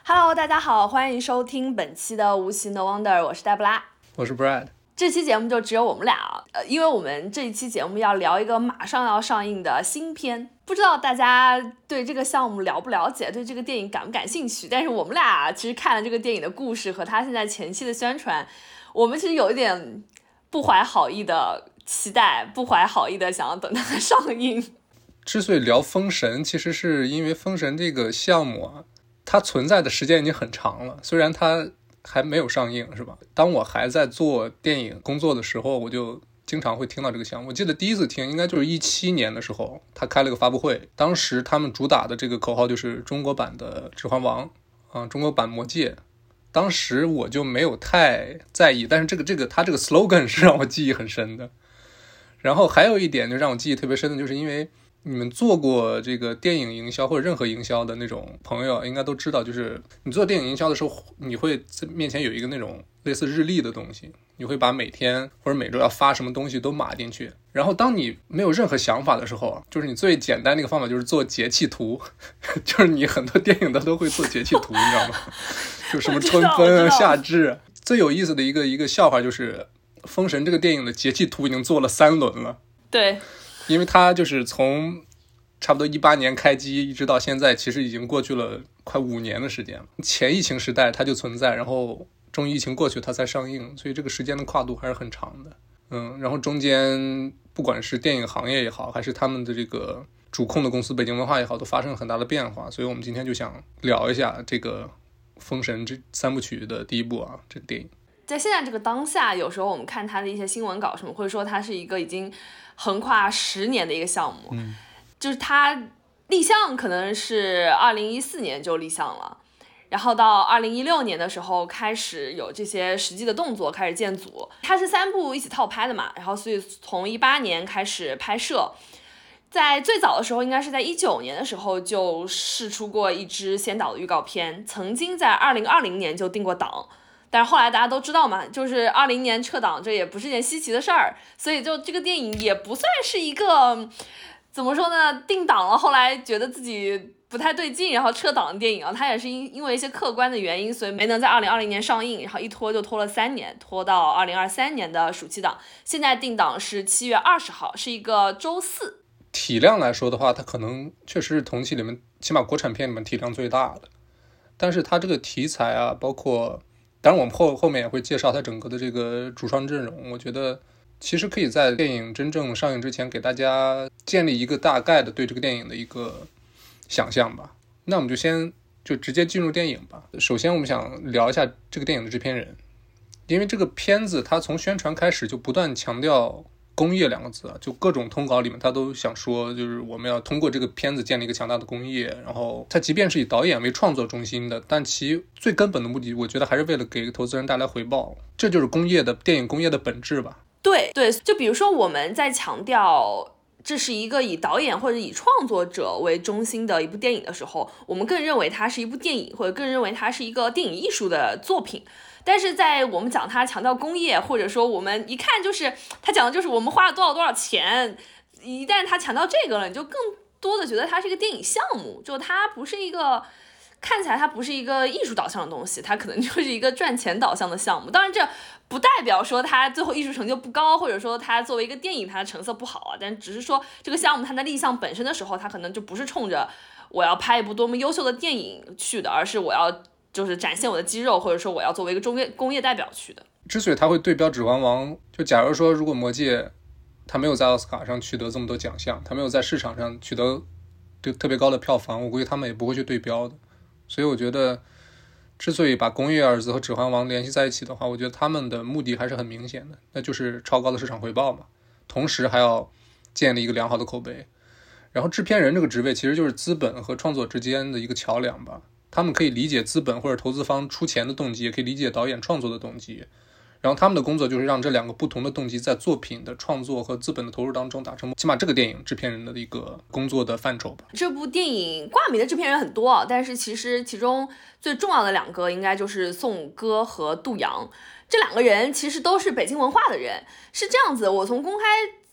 Hello，大家好，欢迎收听本期的无形的 Wonder， 我是黛布拉， 我是 Brad。 这期节目就只有我们俩，因为我们这一期节目要聊一个马上要上映的新片，不知道大家对这个项目了不了解，对这个电影感不感兴趣？但是我们俩其实看了这个电影的故事和他现在前期的宣传，我们其实有一点不怀好意的期待，不怀好意的想要等它上映。 之所以聊封神，其实是因为封神这个项目啊，它存在的时间已经很长了，虽然它还没有上映，是吧？当我还在做电影工作的时候，我就经常会听到这个项目。我记得第一次听应该就是17年的时候，他开了个发布会，当时他们主打的这个口号就是中国版的指环王中国版魔戒。当时我就没有太在意，但是他这个 slogan 是让我记忆很深的。然后还有一点就让我记忆特别深的，就是因为你们做过这个电影营销或者任何营销的那种朋友应该都知道，就是你做电影营销的时候，你会在面前有一个那种类似日历的东西，你会把每天或者每周要发什么东西都码进去。然后当你没有任何想法的时候，就是你最简单的一个方法就是做节气图就是你很多电影的都会做节气图你知道吗？就什么春分夏至。最有意思的一个笑话就是封神这个电影的节气图已经做了3轮了。 对， 因为它就是从差不多18年开机一直到现在，其实已经过去了快5年的时间了。前疫情时代它就存在，然后终于疫情过去它才上映，所以这个时间的跨度还是很长的。然后中间不管是电影行业也好，还是他们的这个主控的公司北京文化也好，都发生了很大的变化。所以我们今天就想聊一下这个封神这3部曲的第一部这个电影。 在现在这个当下，有时候我们看它的一些新闻稿什么，会说它是一个已经横跨10年的一个项目。就是它立项可能是2014年就立项了，然后到2016年的时候开始有这些实际的动作，开始建组。它是3部一起套拍的嘛，然后所以从18年开始拍摄，在最早的时候应该是在19年的时候就释出过一支先导的预告片，曾经在2020年就定过档。但是后来大家都知道嘛，就是20年撤档，这也不是件稀奇的事儿，所以就这个电影也不算是一个怎么说呢，定档了后来觉得自己不太对劲然后撤档的电影它也是因为一些客观的原因，所以没能在2020年上映，然后一拖就拖了3年，拖到2023年的暑期档。现在定档是7月20号，是一个周四。 体量来说的话，它可能确实是同期里面起码国产片里面体量最大的，但是它这个题材包括当然我们后面也会介绍它整个的这个主创阵容，我觉得其实可以在电影真正上映之前给大家建立一个大概的对这个电影的一个想象吧。那我们就直接进入电影吧。首先我们想聊一下这个电影的制片人，因为这个片子它从宣传开始就不断强调工业2个字就各种通稿里面他都想说，就是我们要通过这个片子建立一个强大的工业。然后他即便是以导演为创作中心的，但其最根本的目的我觉得还是为了给投资人带来回报，这就是电影工业的本质吧。 对，就比如说我们在强调这是一个以导演或者以创作者为中心的一部电影的时候，我们更认为它是一部电影，或者更认为它是一个电影艺术的作品。但是在我们讲它强调工业，或者说我们一看就是它讲的就是我们花了多少钱，一旦它强调这个了，你就更多的觉得它是一个电影项目，就它不是一个看起来它不是一个艺术导向的东西，它可能就是一个赚钱导向的项目。当然这不代表说它最后艺术成就不高，或者说它作为一个电影它的成色不好但只是说这个项目它的立项本身的时候，它可能就不是冲着我要拍一部多么优秀的电影去的，而是我要就是展现我的肌肉，或者说我要作为一个工业代表去的。 之所以他会对标指环王，就假如说如果魔戒他没有在奥斯卡上取得这么多奖项，他没有在市场上取得特别高的票房，我估计他们也不会去对标的。所以我觉得之所以把工业2字和指环王联系在一起的话，我觉得他们的目的还是很明显的，那就是超高的市场回报嘛，同时还要建立一个良好的口碑。然后制片人这个职位其实就是资本和创作之间的一个桥梁吧，他们可以理解资本或者投资方出钱的动机，也可以理解导演创作的动机，然后他们的工作就是让这2个不同的动机在作品的创作和资本的投入当中达成，起码这个电影制片人的一个工作的范畴吧。 这部电影挂名的制片人很多，但是其实其中最重要的2个应该就是宋歌和杜阳，这2个人其实都是北京文化的人。是这样子，我从公开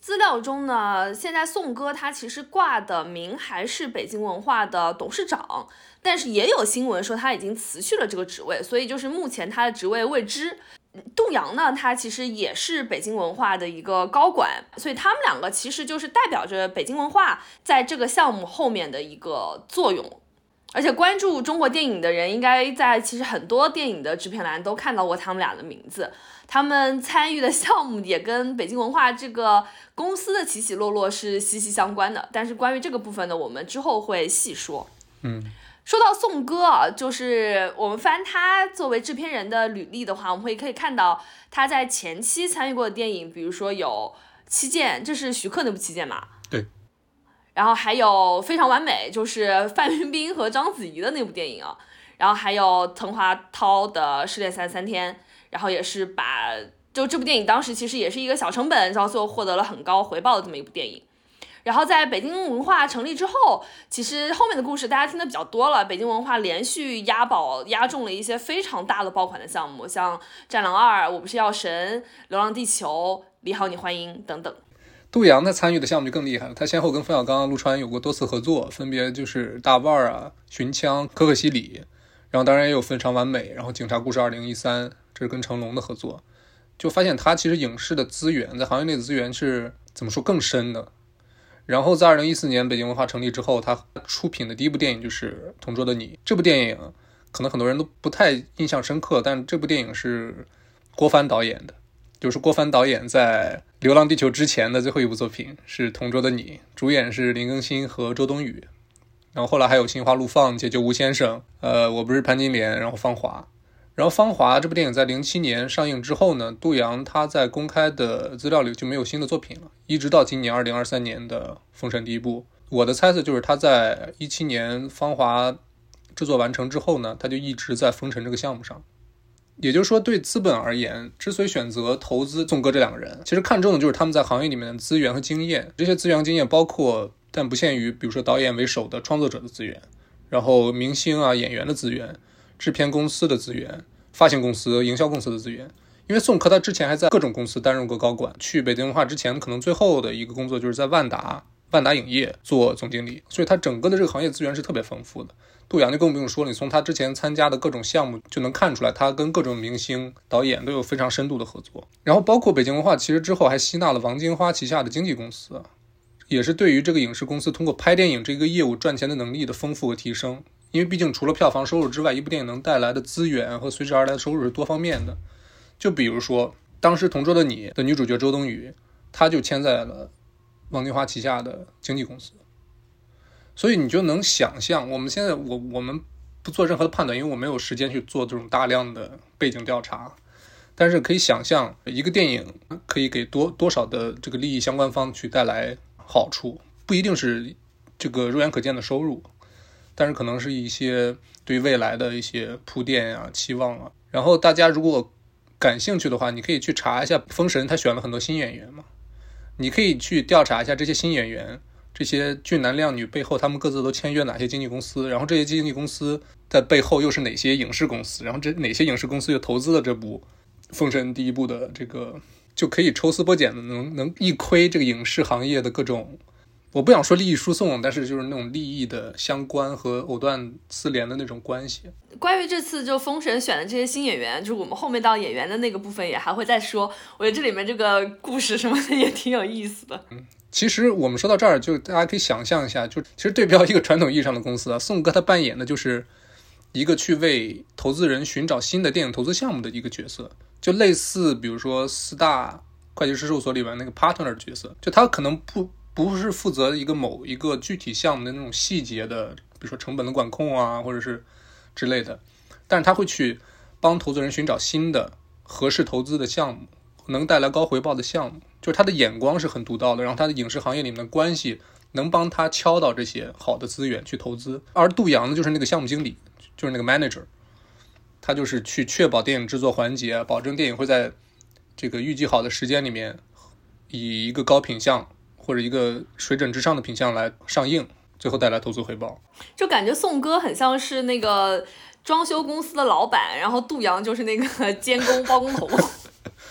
资料中呢，现在宋哥他其实挂的名还是北京文化的董事长，但是也有新闻说他已经辞去了这个职位，所以就是目前他的职位未知。杜阳呢，他其实也是北京文化的一个高管，所以他们两个其实就是代表着北京文化在这个项目后面的一个作用。而且关注中国电影的人，应该在其实很多电影的制片栏都看到过他们俩的名字。他们参与的项目也跟北京文化这个公司的起起落落是息息相关的。但是关于这个部分呢，我们之后会细说。说到宋哥啊，就是我们翻他作为制片人的履历的话，我们可以看到他在前期参与过的电影，比如说有《七剑》，这是徐克那部《七剑》嘛？ 对。 然后还有《非常完美》，就是范冰冰和章子怡的那部电影啊。然后还有滕华涛的《失恋三天》，然后也是就这部电影当时其实也是一个小成本，然后最后获得了很高回报的这么一部电影。然后在北京文化成立之后，其实后面的故事大家听得比较多了。北京文化连续押中了一些非常大的爆款的项目，像《战狼2》、我不是药神、流浪地球、你好，你欢迎等等。 杜阳他参与的项目就更厉害了，他先后跟冯小刚、陆川有过多次合作，分别就是大腕儿啊、寻枪、可可西里，然后当然也有非常完美，然后警察故事2013，这是跟成龙的合作。就发现他其实影视的资源在行业内的资源是怎么说更深的。然后在2014年北京文化成立之后，他出品的第一部电影就是《同桌的你》。这部电影可能很多人都不太印象深刻，但这部电影是郭帆导演的，就是郭帆导演在《流浪地球》之前的最后一部作品是《同桌的你》，主演是林更新和周冬雨。然后后来还有《心花怒放》、《解救吴先生》、我不是潘金莲，然后《芳华》。然后《芳华》这部电影在07年上映之后呢，杜阳他在公开的资料里就没有新的作品了，一直到今年2023年的《封神》第一部。我的猜测就是他在17年《芳华》制作完成之后呢，他就一直在《封神》这个项目上。也就是说，对资本而言，之所以选择投资宋哥这两个人，其实看重的就是他们在行业里面的资源和经验。这些资源和经验包括但不限于比如说导演为首的创作者的资源，然后明星啊演员的资源，制片公司的资源，发行公司、营销公司的资源。因为宋柯他之前还在各种公司担任过高管，去北京文化之前可能最后的一个工作就是在万达影业做总经理，所以他整个的这个行业资源是特别丰富的。杜阳就更不用说了，你从他之前参加的各种项目就能看出来，他跟各种明星导演都有非常深度的合作。然后包括北京文化其实之后还吸纳了王金花旗下的经纪公司，也是对于这个影视公司通过拍电影这个业务赚钱的能力的丰富和提升。因为毕竟除了票房收入之外，一部电影能带来的资源和随之而来的收入是多方面的。就比如说当时《同桌的你》的女主角周冬雨，她就签在了王金花旗下的经纪公司。所以你就能想象，我们现在我们不做任何的判断，因为我没有时间去做这种大量的背景调查，但是可以想象一个电影可以给多少的这个利益相关方去带来好处，不一定是这个肉眼可见的收入，但是可能是一些对未来的一些铺垫啊、期望啊。然后大家如果感兴趣的话，你可以去查一下《封神》，他选了很多新演员嘛，你可以去调查一下这些新演员，这些俊男靓女背后他们各自都签约哪些经纪公司，然后这些经纪公司在背后又是哪些影视公司，然后哪些影视公司又投资了这部《封神》第一部的这个，就可以抽丝剥茧的能一窥这个影视行业的各种，我不想说利益输送，但是就是那种利益的相关和藕断丝连的那种关系。 关于这次就封神选的这些新演员，就是我们后面到演员的那个部分也还会再说，我觉得这里面这个故事什么的也挺有意思的。 其实我们说到这儿，就大家可以想象一下，就其实对标一个传统意义上的公司啊，宋哥他扮演的就是一个去为投资人寻找新的电影投资项目的一个角色，就类似比如说四大会计师事务所里面那个 partner 的角色，就他可能不是负责某一个具体项目的那种细节的，比如说成本的管控啊，或者是之类的，但是他会去帮投资人寻找新的合适投资的项目，能带来高回报的项目，就是他的眼光是很独到的，然后他的影视行业里面的关系能帮他敲到这些好的资源去投资。而杜阳呢，就是那个项目经理，就是那个 manager， 他就是去确保电影制作环节，保证电影会在这个预计好的时间里面以一个高品项或者一个水准之上的品项来上映，最后带来投资回报。 就感觉宋哥很像是那个装修公司的老板，然后杜阳就是那个监工包工头。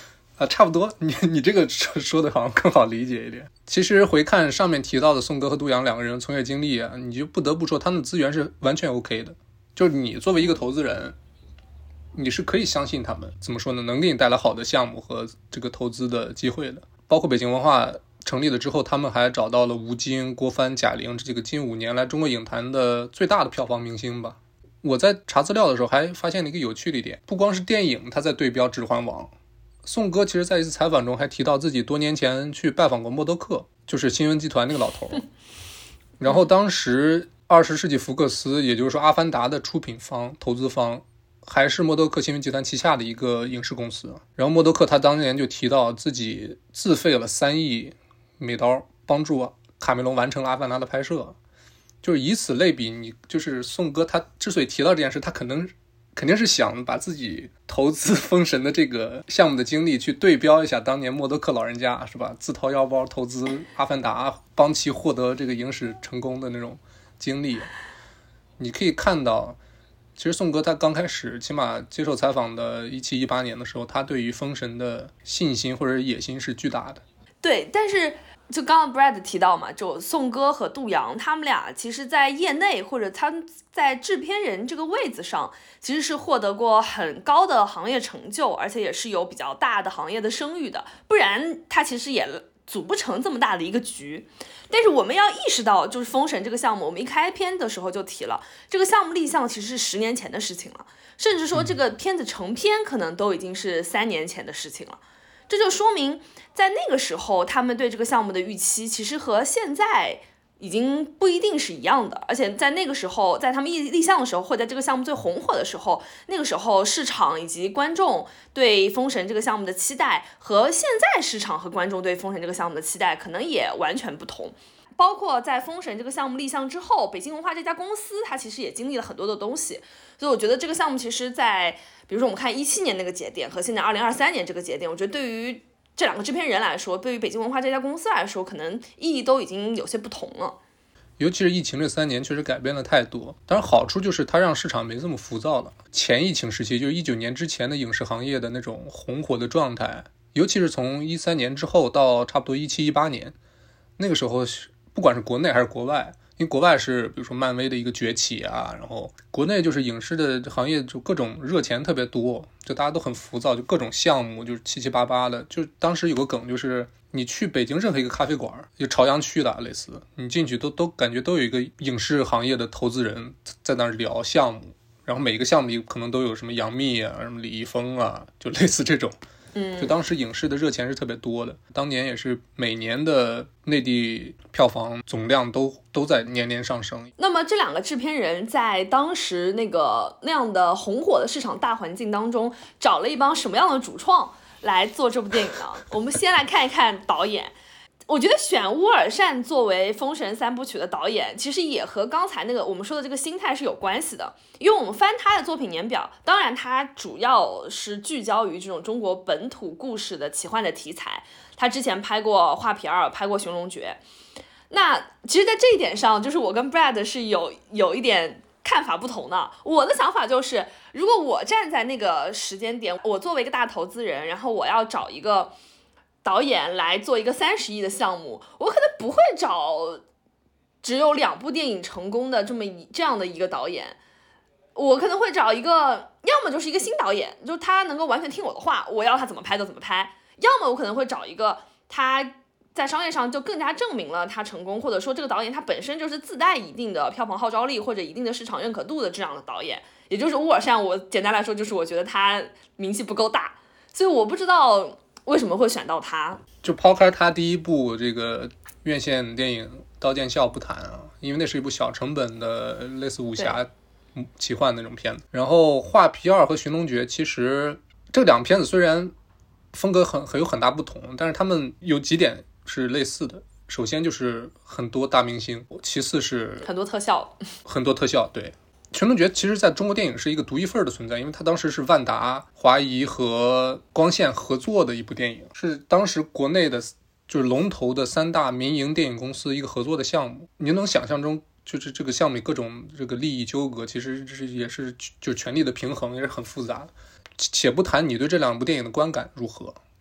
差不多，你这个说的好像更好理解一点。其实回看上面提到的宋哥和杜阳两个人从业经历啊，你就不得不说他们的资源是完全 OK 的。就是你作为一个投资人，你是可以相信他们，怎么说呢，能给你带来好的项目和这个投资的机会的。包括北京文化成立了之后，他们还找到了吴京、郭帆、贾玲这个近5年来中国影坛的最大的票房明星吧。我在查资料的时候还发现了一个有趣的一点，不光是电影他在对标《指环王》，宋哥其实在一次采访中还提到自己多年前去拜访过默多克，就是新闻集团那个老头。然后当时20世纪福克斯，也就是说阿凡达的出品方、投资方还是默多克新闻集团旗下的一个影视公司。然后默多克他当年就提到自己自费了3亿美刀帮助卡梅隆完成了阿凡达的拍摄。就是以此类比，你就是宋哥他之所以提到这件事，他肯定是想把自己投资封神的这个项目的经历去对标一下当年默多克老人家，是吧？自掏腰包投资阿凡达，帮其获得这个影史成功的那种经历。你可以看到，其实宋哥他刚开始起码接受采访的17、18年的时候，他对于封神的信心或者野心是巨大的。 对，但是就刚刚 Brad 提到嘛，就宋哥和杜阳他们俩其实在业内或者他们在制片人这个位子上其实是获得过很高的行业成就，而且也是有比较大的行业的声誉的，不然他其实也组不成这么大的一个局。但是我们要意识到，就是封神这个项目，我们一开篇的时候就提了，这个项目立项其实是10年前的事情了，甚至说这个片子成片可能都已经是3年前的事情了。这就说明在那个时候他们对这个项目的预期其实和现在已经不一定是一样的，而且在那个时候，在他们立项的时候，或者在这个项目最红火的时候，那个时候市场以及观众对封神这个项目的期待和现在市场和观众对封神这个项目的期待可能也完全不同。包括在封神这个项目立项之后，北京文化这家公司它其实也经历了很多的东西，所以我觉得这个项目其实在比如说我们看17年那个节点和现在2023年这个节点，我觉得对于这两个制片人来说，对于北京文化这家公司来说，可能意义都已经有些不同了。 尤其是疫情这3年确实改变了太多，当然好处就是它让市场没这么浮躁了。前疫情时期，就是19年之前的影视行业的那种红火的状态，尤其是从13年之后到差不多17、18年，那个时候不管是国内还是国外，因为国外是比如说漫威的一个崛起啊，然后国内就是影视的行业就各种热钱特别多，就大家都很浮躁，就各种项目就是七七八八的。就当时有个梗，就是你去北京任何一个咖啡馆，就朝阳区的类似，你进去都感觉都有一个影视行业的投资人在那儿聊项目，然后每个项目里可能都有什么杨幂啊，什么李易峰啊，就类似这种。就当时影视的热钱是特别多的，当年也是每年的内地票房总量都在年年上升。 那么这两个制片人在当时那样的红火的市场大环境当中，找了一帮什么样的主创来做这部电影呢？我们先来看一看导演。我觉得选乌尔善作为封神3部曲的导演，其实也和刚才那个我们说的这个心态是有关系的。因为我们翻他的作品年表，当然他主要是聚焦于这种中国本土故事的奇幻的题材，他之前拍过《画皮2》，拍过《寻龙诀》。那其实在这一点上，就是我跟 Brad 是有一点看法不同的。我的想法就是，如果我站在那个时间点，我作为一个大投资人，然后我要找一个导演来做一个30亿的项目，我可能不会找只有2部电影成功的这样的一个导演，我可能会找一个，要么就是一个新导演，就他能够完全听我的话，我要他怎么拍就怎么拍；要么我可能会找一个他在商业上就更加证明了他成功，或者说这个导演他本身就是自带一定的票房号召力或者一定的市场认可度的这样的导演，也就是乌尔善。我简单来说就是我觉得他名气不够大，所以我不知道为什么会选到他。 就抛开他第一部这个院线电影《刀剑笑》不谈啊，因为那是一部小成本的类似武侠奇幻那种片子。然后《画皮2》和《寻龙诀》，其实这两片子虽然风格有很大不同，但是他们有几点是类似的。首先就是很多大明星，其次是很多特效， 对。寻龙诀其实在中国电影是一个独一份的存在，因为它当时是万达、华谊和光线合作的一部电影，是当时国内的就是龙头的3大民营电影公司一个合作的项目。你能想象中就是这个项目里各种这个利益纠葛，其实也是就权力的平衡也是很复杂的。且不谈你对这2部电影的观感如何，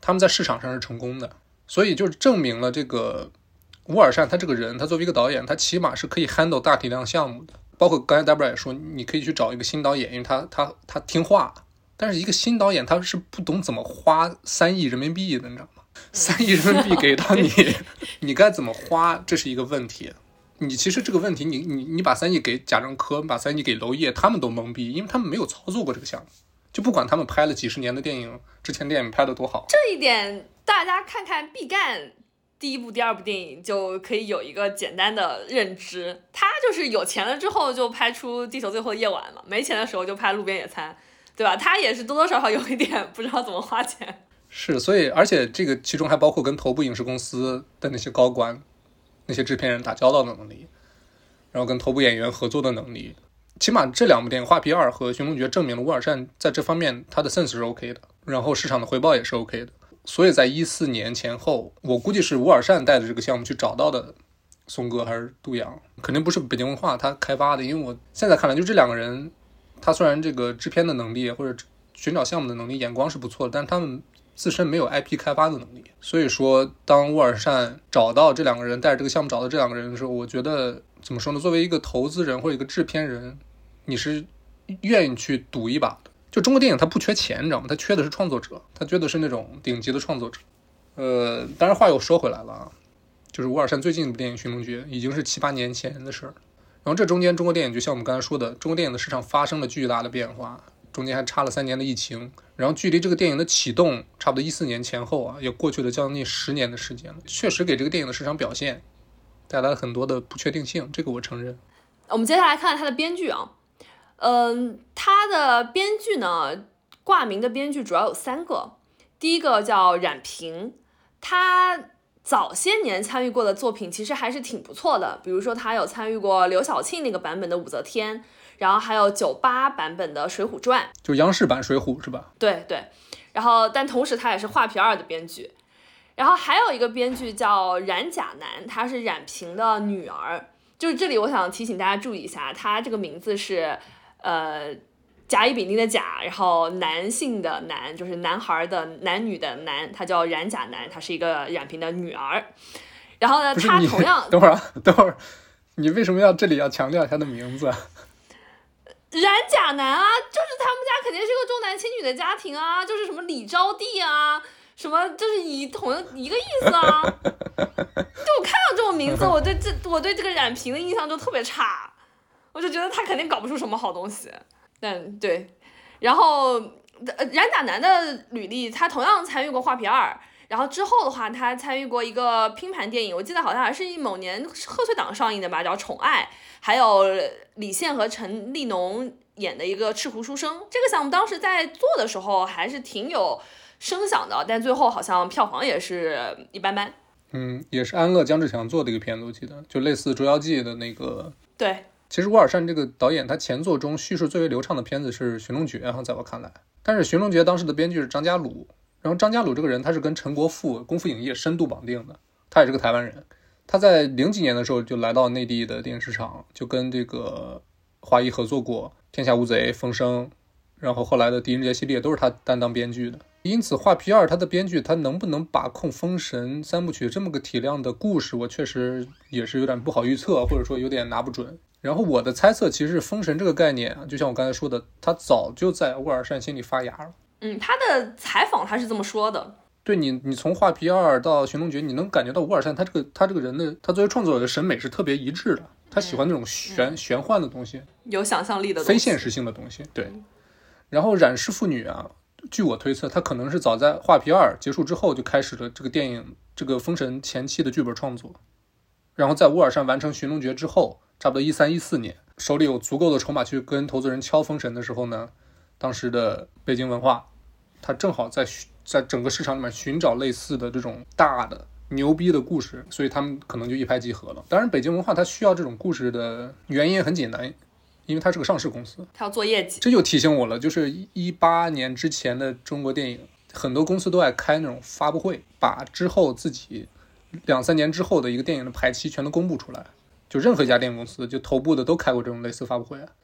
他们在市场上是成功的，所以就是证明了这个乌尔善他这个人，他作为一个导演，他起码是可以 handle 大体量项目的。包括刚才 Debra 也说，你可以去找一个新导演，因为他听话。但是一个新导演他是不懂怎么花3亿人民币的，你知道吗？3亿人民币给到你，你该怎么花，这是一个问题。你其实这个问题，你把3亿给贾樟柯，把3亿给娄烨，他们都懵逼，因为他们没有操作过这个项目。就不管他们拍了几十年的电影，之前电影拍的多好， 这一点大家看看毕赣第1部、第2部电影就可以有一个简单的认知。他就是有钱了之后就拍出《地球最后的夜晚》嘛，没钱的时候就拍《路边野餐》，对吧？他也是多多少少有一点不知道怎么花钱。 是，所以而且这个其中还包括跟头部影视公司的那些高官、那些制片人打交道的能力，然后跟头部演员合作的能力。起码这2部电影《画皮2》和《寻龙诀》证明了乌尔善在这方面他的 sense 是 OK 的，然后市场的回报也是 OK 的。所以在14年前后，我估计是乌尔善带着这个项目去找到的松哥还是杜洋，肯定不是北京文化他开发的。因为我现在看来，就这2个人，他虽然这个制片的能力或者寻找项目的能力、眼光是不错的，但他们自身没有 IP 开发的能力。所以说，当乌尔善找到这2个人，带着这个项目找到这2个人的时候，我觉得怎么说呢？作为一个投资人或者一个制片人，你是愿意去赌一把的。就中国电影它不缺钱，你知道吗？它缺的是创作者，它缺的是那种顶级的创作者。当然话又说回来了啊，就是乌尔善最近的电影《寻龙诀》已经是7、8年前的事儿。然后这中间中国电影就像我们刚才说的，中国电影的市场发生了巨大的变化，中间还差了3年的疫情，然后距离这个电影的启动差不多14年前后啊，也过去了将近10年的时间了，确实给这个电影的市场表现带来了很多的不确定性，这个我承认。 我们接下来看看他的编剧啊，他的编剧呢，挂名的编剧主要有3个。第一个叫冉平，他早些年参与过的作品其实还是挺不错的，比如说他有参与过刘晓庆那个版本的武则天，然后还有98版本的水浒传， 就央视版水浒是吧？ 对对。然后但同时他也是画皮2的编剧。然后还有一个编剧叫冉甲男，她是冉平的女儿。就是这里我想提醒大家注意一下，她这个名字是甲乙丙丁的甲，然后男性的男，就是男孩的男女的男，她叫冉甲男，她是一个冉平的女儿。然后呢，她同样等会儿，你为什么这里要强调她的名字？ 冉甲男啊，就是他们家肯定是个重男轻女的家庭啊，就是什么李招娣啊，什么就是一个意思啊。就我看到这种名字，我对这个冉平的印象就特别差，我就觉得他肯定搞不出什么好东西。但对，然后冉甲男的履历，他同样参与过画皮2，然后之后的话，他参与过一个拼盘电影，我记得好像还是某年贺岁档上映的吧，叫《宠爱》，还有李现和陈立农演的一个《赤狐书生》。这个项目当时在做的时候还是挺有声响的，但最后好像票房也是一般般。 也是安乐姜志强做的一个片子，我记得就类似《捉妖记》的那个。 对， 其实乌尔善这个导演他前作中叙事最为流畅的片子是《寻龙诀》在我看来。但是《寻龙诀》当时的编剧是张家鲁，然后张家鲁这个人他是跟陈国富功夫影业深度绑定的，他也是个台湾人。他在00几年的时候就来到内地的电影市场，就跟这个华谊合作过《天下无贼》《风声》，然后后来的《狄仁杰》系列都是他担当编剧的。因此画皮2他的编剧他能不能把控封神3部曲这么个体量的故事，我确实也是有点不好预测，或者说有点拿不准。然后我的猜测其实是封神这个概念啊，就像我刚才说的，他早就在乌尔善心里发芽了。 他的采访他是这么说的。 对，你从画皮2到寻龙诀，你能感觉到乌尔善他这个人的，他作为创作者的审美是特别一致的，他喜欢那种玄幻的东西， 有想象力的东西， 非现实性的东西。对。然后冉氏父女啊，据我推测，他可能是早在画皮2结束之后就开始了这个电影这个封神前期的剧本创作，然后在乌尔善完成寻龙诀之后，差不多13、14年，手里有足够的筹码去跟投资人敲封神的时候呢，当时的北京文化，他正好在整个市场里面寻找类似的这种大的牛逼的故事，所以他们可能就一拍即合了。当然，北京文化它需要这种故事的原因很简单，因为它是个上市公司， 它要做业绩。 这就提醒我了，就是18年之前的中国电影，很多公司都爱开那种发布会，把之后自己2、3年之后的一个电影的排期全都公布出来。就任何一家电影公司，就头部的都开过这种类似发布会，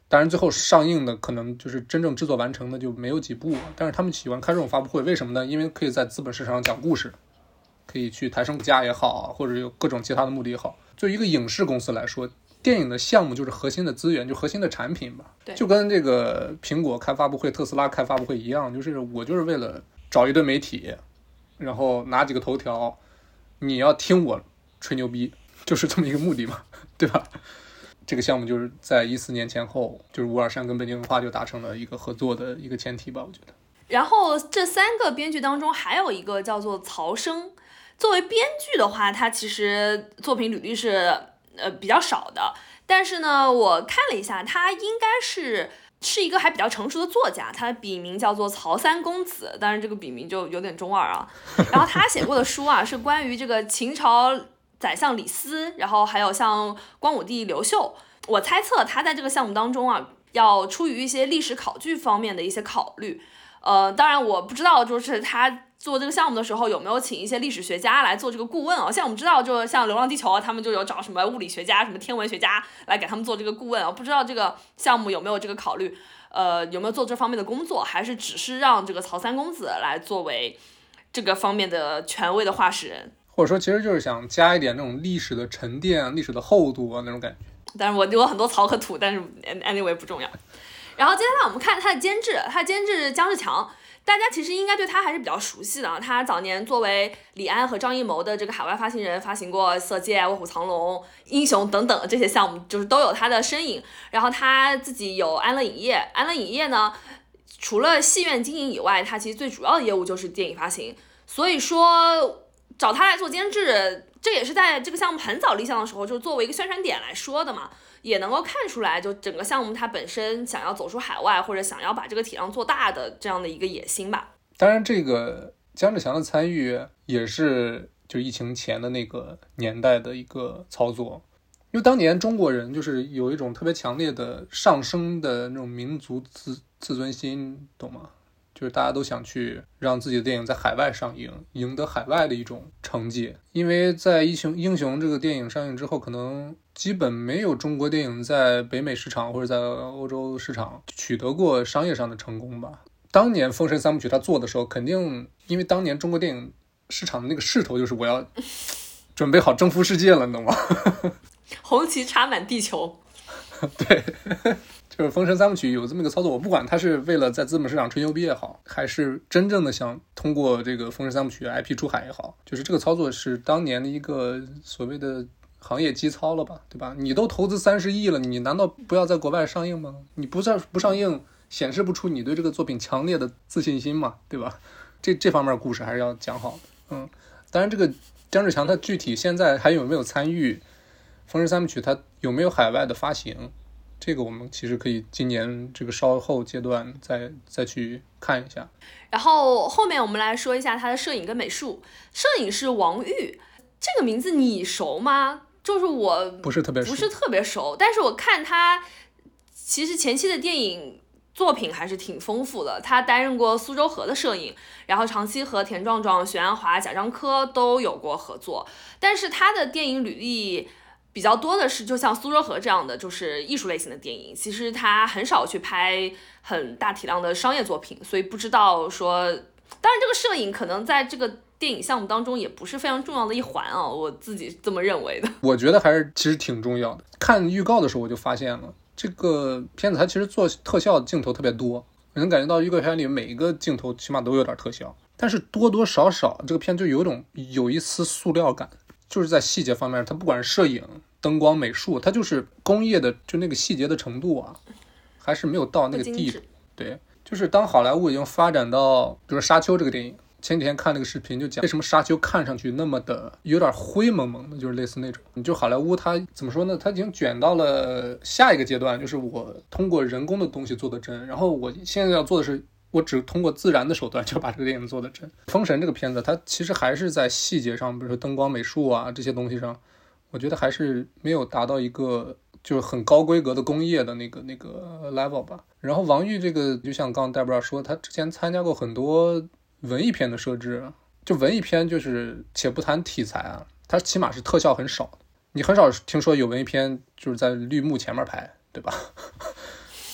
当然最后上映的可能就是真正制作完成的就没有几部，但是他们喜欢开这种发布会，为什么呢？因为可以在资本市场上讲故事，可以去抬升股价也好，或者有各种其他的目的也好。就一个影视公司来说，电影的项目就是核心的资源，就核心的产品吧。就跟这个苹果开发布会、特斯拉开发布会一样，就是我就是为了找一堆媒体，然后拿几个头条，你要听我吹牛逼，就是这么一个目的嘛，对吧？这个项目就是在14年前后，就是乌尔善跟北京文化就达成了一个合作的一个前提吧，我觉得。 然后这3个编剧当中还有一个叫做曹生，作为编剧的话，他其实作品履历是比较少的，但是呢，我看了一下，他应该是一个还比较成熟的作家，他的笔名叫做曹三公子，当然这个笔名就有点中二啊。然后他写过的书啊，是关于这个秦朝宰相李斯，然后还有像光武帝刘秀。我猜测他在这个项目当中啊，要出于一些历史考据方面的一些考虑。当然我不知道就是他做这个项目的时候有没有请一些历史学家来做这个顾问啊？像我们知道，就像《流浪地球》他们就有找什么物理学家、什么天文学家来给他们做这个顾问啊。不知道这个项目有没有这个考虑，有没有做这方面的工作，还是只是让这个曹三公子来作为这个方面的权威的话事人？ 或者说，其实就是想加一点那种历史的沉淀、历史的厚度啊那种感觉。 但是我有很多槽和土，但是 anyway 不重要。然后接下来我们看他的监制，姜志强，大家其实应该对他还是比较熟悉的。他早年作为李安和张艺谋的这个海外发行人，发行过《色戒》《卧虎藏龙》《英雄》等等这些项目，就是都有他的身影。然后他自己有安乐影业，安乐影业呢，除了戏院经营以外，他其实最主要的业务就是电影发行。所以说找他来做监制，这也是在这个项目很早立项的时候，就作为一个宣传点来说的嘛。也能够看出来，就整个项目它本身想要走出海外，或者想要把这个体量做大的这样的一个野心吧。 当然，这个姜志强的参与也是就疫情前的那个年代的一个操作，因为当年中国人就是有一种特别强烈的上升的那种民族自尊心，懂吗？就是大家都想去让自己的电影在海外上映，赢得海外的一种成绩。因为在英雄这个电影上映之后，可能基本没有中国电影在北美市场或者在欧洲市场取得过商业上的成功吧。当年《封神三部曲》他做的时候，肯定因为当年中国电影市场的那个势头就是我要准备好征服世界了，你懂吗？ 红旗插满地球。 对。就是《封神三部曲》有这么一个操作，我不管他是为了在资本市场吹牛逼也好，还是真正的想通过这个《封神三部曲》IP 出海也好，就是这个操作是当年的一个所谓的行业基操了吧，对吧？你都投资30亿了，你难道不要在国外上映吗？你不上映，显示不出你对这个作品强烈的自信心嘛，对吧？这方面故事还是要讲好的。当然这个姜志强他具体现在还有没有参与《封神三部曲》，他有没有海外的发行？这个我们其实可以今年这个稍后阶段再去看一下。 然后后面我们来说一下他的摄影跟美术。摄影是王玉，这个名字你熟吗？就是我不是特别熟，但是我看他其实前期的电影作品还是挺丰富的。他担任过苏州河的摄影，然后长期和田壮壮、许鞍华、贾樟柯都有过合作。但是他的电影履历比较多的是就像苏州河这样的就是艺术类型的电影，其实他很少去拍很大体量的商业作品，所以不知道说，当然这个摄影可能在这个电影项目当中也不是非常重要的一环啊，我自己这么认为的。 我觉得还是其实挺重要的。看预告的时候我就发现了，这个片子它其实做特效镜头特别多，你能感觉到预告片里每一个镜头起码都有点特效，但是多多少少这个片就有一丝塑料感，就是在细节方面，它不管是摄影、灯光、美术，它就是工业的就那个细节的程度啊，还是没有到那个地步。对，就是当好莱坞已经发展到，比如说《沙丘》这个电影，前几天看那个视频就讲为什么沙丘看上去那么的有点灰蒙蒙的，就是类似那种，就好莱坞它怎么说呢，它已经卷到了下一个阶段，就是我通过人工的东西做的真，然后我现在要做的是我只通过自然的手段就把这个电影做的真。封神这个片子它其实还是在细节上，比如说灯光美术啊这些东西上，我觉得还是没有达到一个就是很高规格的工业的那个 level 吧。然后王玉这个就像刚刚戴布拉说，他之前参加过很多文艺片的设置，就文艺片就是且不谈题材啊，它起码是特效很少，你很少听说有文艺片就是在绿幕前面拍，对吧？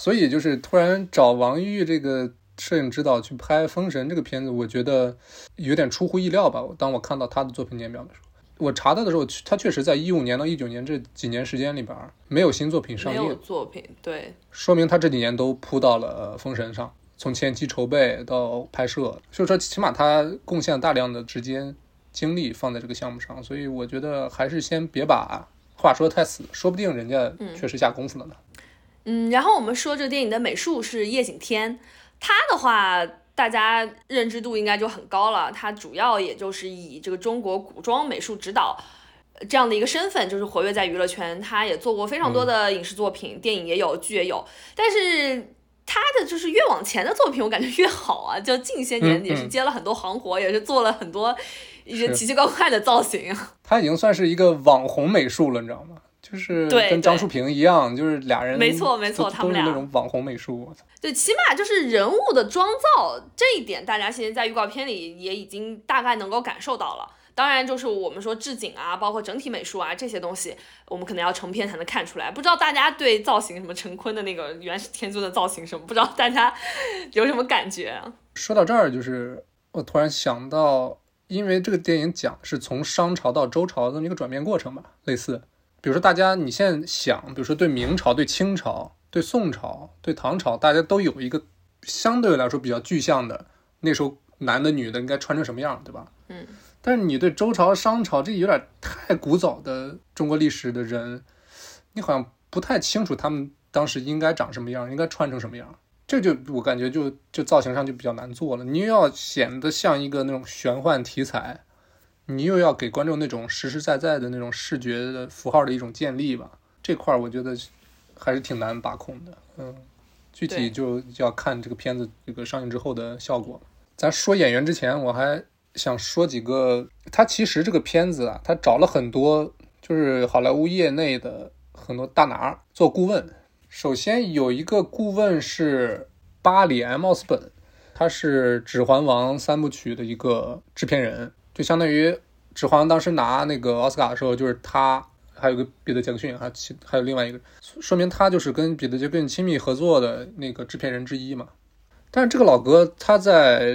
所以就是突然找王玉这个摄影指导去拍《封神》这个片子，我觉得有点出乎意料吧。当我看到他的作品年表的时候，我查到的时候，他确实在15年到19年这几年时间里边没有新作品上映， 没有作品，对， 说明他这几年都扑到了《封神》上，从前期筹备到拍摄，所以说起码他贡献大量的时间精力放在这个项目上，所以我觉得还是先别把话说太死，说不定人家确实下功夫了呢。 然后我们说这个电影的美术是叶景天，他的话大家认知度应该就很高了，他主要也就是以这个中国古装美术指导这样的一个身份，就是活跃在娱乐圈。他也做过非常多的影视作品，电影也有，剧也有，但是他的就是越往前的作品我感觉越好啊，就近些年也是接了很多行活，也是做了很多一些奇奇怪怪的造型。 他已经算是一个网红美术了，你知道吗？就是跟张淑平一样，就是俩人没错他们俩都是那种网红美术。 对，起码就是人物的妆造这一点，大家现在在预告片里也已经大概能够感受到了。当然，就是我们说置景啊，包括整体美术啊这些东西，我们可能要成片才能看出来。不知道大家对造型什么陈坤的那个元始天尊的造型什么，不知道大家有什么感觉？ 说到这儿，就是我突然想到，因为这个电影讲是从商朝到周朝的那么一个转变过程吧，类似。比如说大家你现在想，比如说对明朝、对清朝、对宋朝、对唐朝，大家都有一个相对来说比较具象的，那时候男的女的应该穿成什么样，对吧？但是你对周朝、商朝这有点太古早的中国历史的人，你好像不太清楚他们当时应该长什么样，应该穿成什么样。这就我感觉就造型上就比较难做了。你又要显得像一个那种玄幻题材，你又要给观众那种实实在在的那种视觉的符号的一种建立吧，这块我觉得还是挺难把控的。具体就要看这个片子这个上映之后的效果。咱说演员之前，我还想说几个，他其实这个片子啊，他找了很多就是好莱坞业内的很多大拿做顾问。首先有一个顾问是巴里 ·M 奥斯本，他是《指环王》3部曲的一个制片人，就相当于指环当时拿那个奥斯卡的时候，就是他还有个彼得·杰克逊，还有另外一个，说明他就是跟彼得·杰克逊亲密合作的那个制片人之一嘛。但是这个老哥他在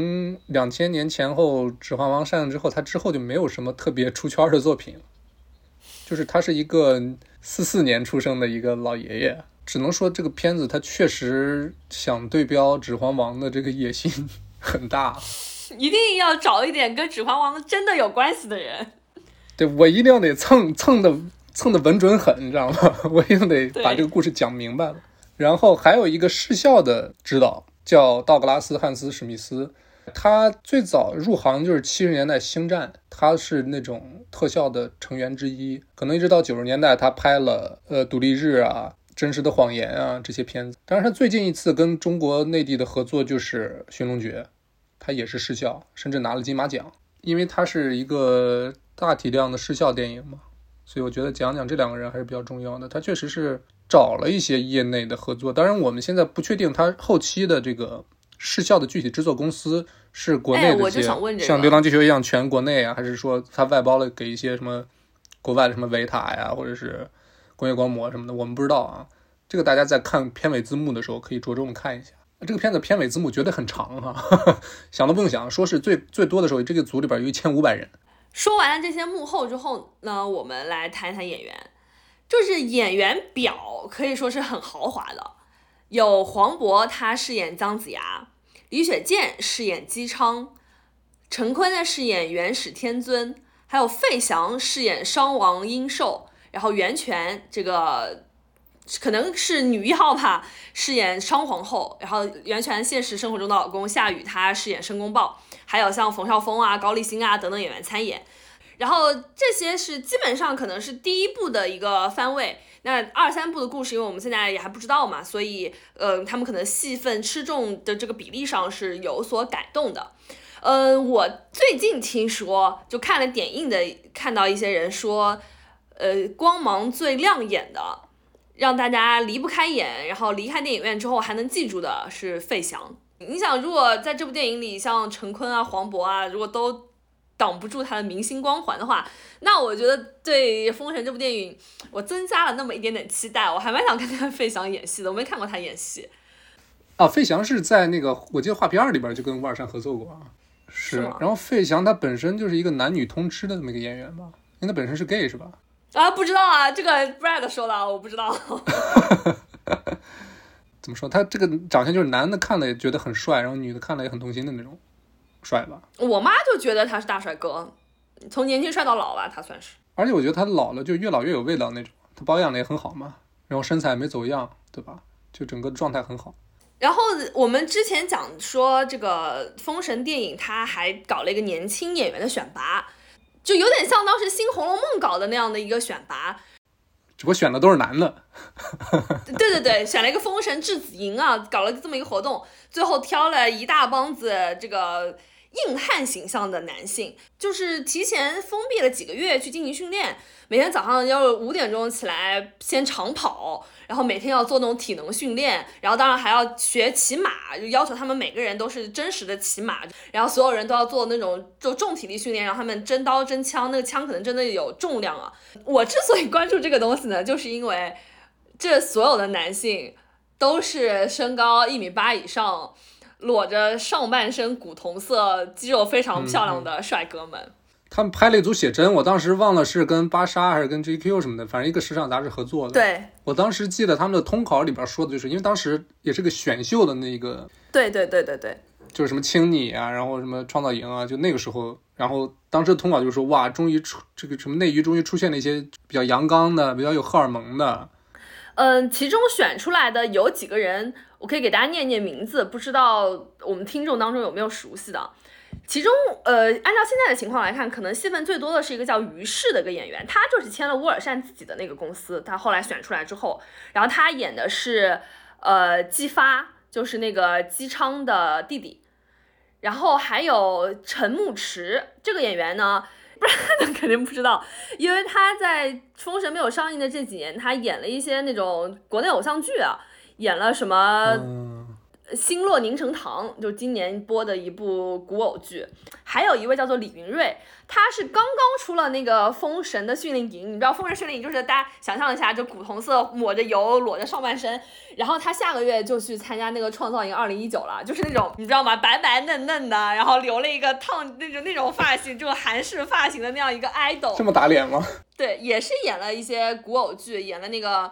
2000年前后指环王上映之后，他之后就没有什么特别出圈的作品，就是他是一个44年出生的一个老爷爷。只能说这个片子他确实想对标指环王的这个野心很大， 一定要找一点跟指环王真的有关系的人。 对，我一定要得蹭的稳准狠，你知道吗？我一定得把这个故事讲明白了。然后还有一个视效的指导叫道格拉斯·汉斯·史密斯，他最早入行就是70年代星战，他是那种特效的成员之一，可能一直到90年代他拍了独立日啊、真实的谎言啊这些片子。当然他最近一次跟中国内地的合作就是寻龙诀，他也是视效，甚至拿了金马奖。因为他是一个大体量的视效电影嘛，所以我觉得讲讲这两个人还是比较重要的。他确实是找了一些业内的合作，当然我们现在不确定他后期的这个视效的具体制作公司是国内的我就想问这个， 像流浪地球一样全国内啊，还是说他外包了给一些什么国外的什么维塔呀，或者是工业光魔什么的，我们不知道啊。这个大家在看片尾字幕的时候可以着重看一下。这个片子片尾字幕觉得很长哈，想都不用想，说是最多的时候，这个组里边有1500人。 说完了这些幕后之后呢，我们来谈一谈演员。就是演员表可以说是很豪华的，有黄渤他饰演姜子牙，李雪健饰演姬昌，陈坤呢饰演元始天尊，还有费翔饰演商王殷寿，然后袁泉这个可能是女1号吧，饰演商皇后，然后袁泉现实生活中的老公夏雨他饰演申公豹，还有像冯绍峰啊、高立新啊等等演员参演。然后这些是基本上可能是第一部的一个番位，那2、3部的故事因为我们现在也还不知道嘛，所以他们可能戏份吃重的这个比例上是有所改动的。我最近听说就看了点映的，看到一些人说光芒最亮眼的，让大家离不开眼，然后离开电影院之后还能记住的是费翔。你想如果在这部电影里像陈坤啊、黄渤啊如果都挡不住他的明星光环的话，那我觉得对《封神》这部电影我增加了那么一点点期待，我还蛮想看看费翔演戏的，我没看过他演戏。 啊，费翔是在那个我记得《画皮2》里边就跟乌尔善合作过啊。是，然后费翔他本身就是一个男女通吃的这么一个演员吧？因为他本身是 gay 是吧？ 啊，不知道啊，这个 Brad 说的，我不知道。 怎么说？他这个长相就是男的看了也觉得很帅，然后女的看了也很动心的那种帅吧？ 我妈就觉得他是大帅哥，从年轻帅到老吧，他算是。 而且我觉得他老了就越老越有味道那种，他保养的也很好嘛，然后身材没走样，对吧？就整个状态很好。 然后我们之前讲说这个《封神》电影，他还搞了一个年轻演员的选拔，就有点像当时新《红楼梦》搞的那样的一个选拔， 只不过选的都是男的。 对对对，选了一个封神质子营啊，搞了这么一个活动，最后挑了一大帮子这个硬汉形象的男性，就是提前封闭了几个月去进行训练，每天早上要5点钟起来先长跑，然后每天要做那种体能训练，然后当然还要学骑马，就要求他们每个人都是真实的骑马，然后所有人都要做那种就重体力训练，让他们真刀真枪，那个枪可能真的有重量啊。我之所以关注这个东西呢，就是因为这所有的男性都是身高1.8米以上，裸着上半身古铜色，肌肉非常漂亮的帅哥们。 他们拍了一组写真，我当时忘了是跟芭莎还是跟 GQ 什么的，反正一个时尚杂志合作的。 对， 我当时记得他们的通稿里边说的就是，因为当时也是个选秀的那个， 对对对对对， 就是什么青你啊，然后什么创造营啊，就那个时候，然后当时的通稿就说，哇，终于这个什么内娱终于出现了一些比较阳刚的、比较有荷尔蒙的。 其中选出来的有几个人，我可以给大家念念名字，不知道我们听众当中有没有熟悉的。其中按照现在的情况来看，可能戏份最多的是一个叫于适的一个演员，他就是签了乌尔善自己的那个公司，他后来选出来之后，然后他演的是姬发，就是那个姬昌的弟弟。然后还有陈牧驰这个演员呢，不然肯定不知道，因为他在《封神》没有上映的这几年，他演了一些那种国内偶像剧啊，演了什么星落凝成糖，就今年播的一部古偶剧。还有一位叫做李云瑞，他是刚刚出了那个封神的训练营，你知道封神训练营就是大家想象一下，就古铜色抹着油裸着上半身，然后他下个月就去参加那个创造营2019了，就是那种你知道吗，白白嫩嫩的，然后留了一个烫那种发型，这种韩式发型的那样一个 idol。 这么打脸吗？ 对，也是演了一些古偶剧，演了那个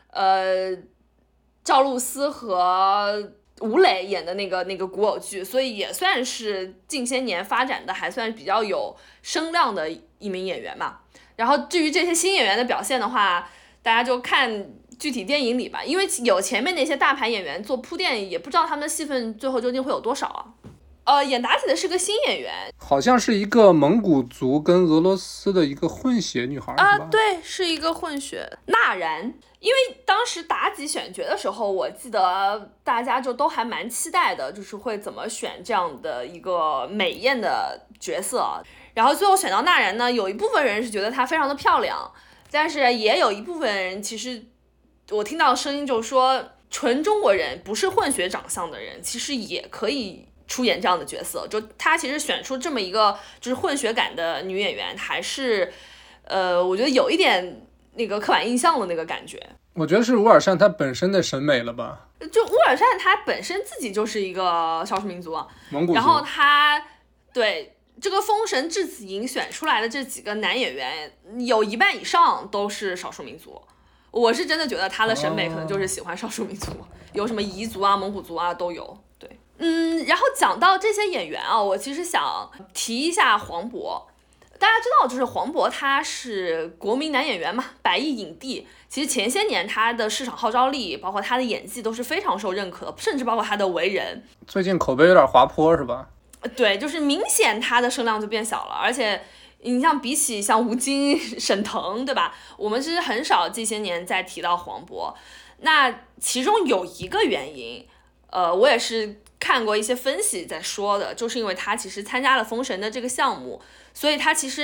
赵露思和吴磊演的那个古偶剧，所以也算是近些年发展的还算比较有声量的一名演员嘛。然后至于这些新演员的表现的话，大家就看具体电影里吧，因为有前面那些大牌演员做铺垫，也不知道他们的戏份最后究竟会有多少啊。演妲己的是个新演员， 好像是一个蒙古族跟俄罗斯的一个混血女孩啊，对，是一个混血，纳然。因为当时妲己选角的时候，我记得大家就都还蛮期待的，就是会怎么选这样的一个美艳的角色。然后最后选到纳然呢，有一部分人是觉得她非常的漂亮，但是也有一部分人，其实我听到的声音就是说，纯中国人不是混血长相的人，其实也可以出演这样的角色。就她其实选出这么一个就是混血感的女演员，还是我觉得有一点那个刻板印象的那个感觉。 我觉得是乌尔善他本身的审美了吧， 就乌尔善他本身自己就是一个少数民族， 蒙古族， 然后他对这个封神质子营选出来的这几个男演员，有1半以上都是少数民族。我是真的觉得他的审美可能就是喜欢少数民族，有什么彝族啊、蒙古族啊都有。对，然后讲到这些演员啊，我其实想提一下黄渤。大家知道，就是黄渤他是国民男演员嘛，100亿影帝。其实前些年他的市场号召力，包括他的演技都是非常受认可的，甚至包括他的为人。 最近口碑有点滑坡是吧？ 对，就是明显他的声量就变小了，而且你像比起像吴京、沈腾，对吧？我们是很少这些年再提到黄渤。那其中有一个原因，我也是看过一些分析在说的，就是因为他其实参加了封神的这个项目，所以他其实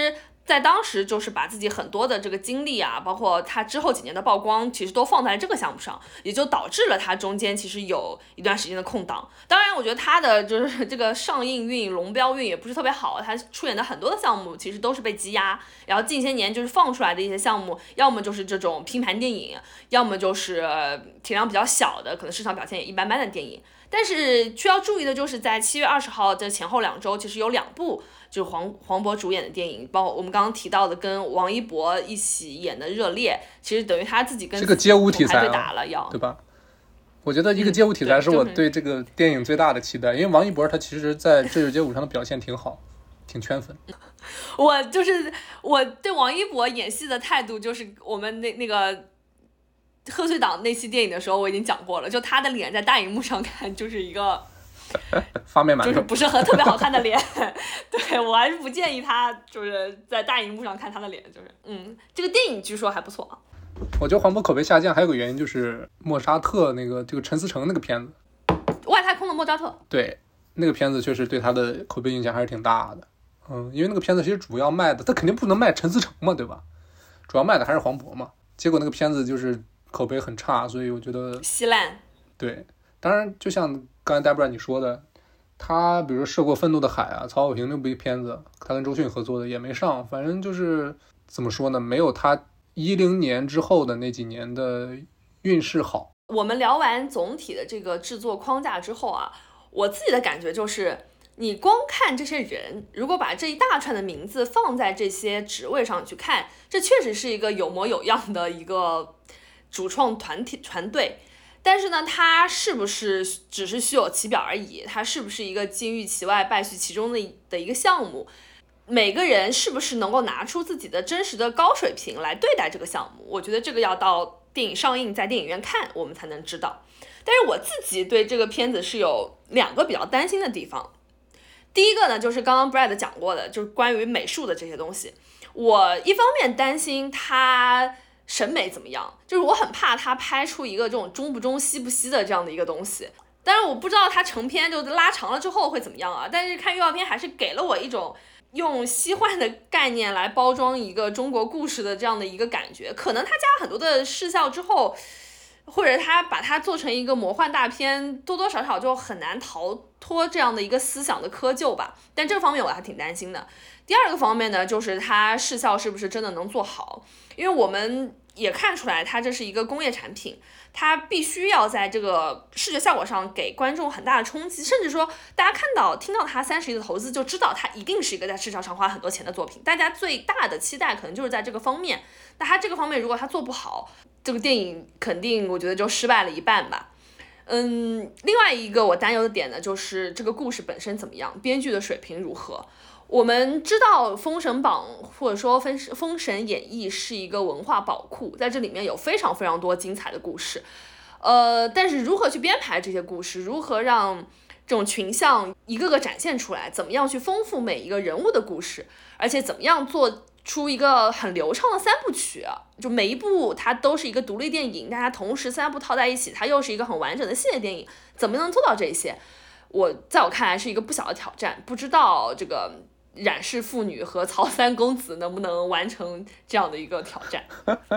在当时就是把自己很多的这个精力啊，包括他之后几年的曝光，其实都放在这个项目上，也就导致了他中间其实有一段时间的空档。当然，我觉得他的就是这个上映运、龙标运也不是特别好，他出演的很多的项目其实都是被积压，然后近些年就是放出来的一些项目，要么就是这种拼盘电影，要么就是体量比较小的，可能市场表现也一般般的电影。但是需要注意的就是在7月20号的前后2周，其实有2部就是黄渤主演的电影，包括我们刚刚提到的跟王一博一起演的《热烈》，其实等于他自己跟这个街舞题材对打了， 对吧？我觉得一个街舞题材是我对这个电影最大的期待，因为王一博他其实在这日街舞上的表现挺好，挺圈粉。 我对王一博演戏的态度，就是我们那个贺岁档那期电影的时候我已经讲过了，就他的脸在大荧幕上看就是一个发面馒头， 就是不是特别好看的脸。对，我还是不建议他就是在大荧幕上看他的脸，就是这个电影据说还不错啊。 我觉得黄渤口碑下降还有个原因就是莫扎特这个陈思诚那个片子， 外太空的莫扎特， 对，那个片子确实对他的口碑影响还是挺大的。因为那个片子其实主要卖的，他肯定不能卖陈思诚嘛，对吧？主要卖的还是黄渤嘛。结果那个片子就是口碑很差，所以我觉得稀烂。 对，当然就像刚才 Debra 你说的，他比如说涉过愤怒的海啊，曹保平那部片子，他跟周迅合作的也没上，反正就是怎么说呢，没有他10年之后的那几年的运势好。 我们聊完总体的这个制作框架之后啊，我自己的感觉就是，你光看这些人，如果把这一大串的名字放在这些职位上去看，这确实是一个有模有样的一个主创团队。但是呢，它是不是只是虚有其表而已？它是不是一个金玉其外败絮其中的一个项目？每个人是不是能够拿出自己的真实的高水平来对待这个项目？我觉得这个要到电影上映在电影院看我们才能知道。但是我自己对这个片子是有2个比较担心的地方。第一个呢，就是刚刚 Brad 讲过的，就是关于美术的这些东西。我一方面担心他审美怎么样，就是我很怕他拍出一个这种中不中西不西的这样的一个东西。当然我不知道他成片就拉长了之后会怎么样啊，但是看预告片还是给了我一种用西幻的概念来包装一个中国故事的这样的一个感觉。可能他加了很多的视效之后，或者他把它做成一个魔幻大片，多多少少就很难逃脱这样的一个思想的窠臼吧。但这个方面我还挺担心的。第二个方面呢，就是它视效是不是真的能做好，因为我们也看出来它这是一个工业产品，它必须要在这个视觉效果上给观众很大的冲击，甚至说大家听到它30亿的投资就知道它一定是一个在视效上花很多钱的作品，大家最大的期待可能就是在这个方面。那它这个方面如果它做不好，这个电影肯定我觉得就失败了一半吧。另外一个我担忧的点呢，就是这个故事本身怎么样，编剧的水平如何。我们知道《封神榜》或者说《封神演义》是一个文化宝库，在这里面有非常非常多精彩的故事，但是如何去编排这些故事，如何让这种群像一个个展现出来，怎么样去丰富每一个人物的故事，而且怎么样做出一个很流畅的3部曲啊，就每一部它都是一个独立电影，但它同时3部套在一起，它又是一个很完整的系列电影，怎么能做到这些？在我看来是一个不小的挑战，不知道这个冉氏父女和曹三公子能不能完成这样的一个挑战。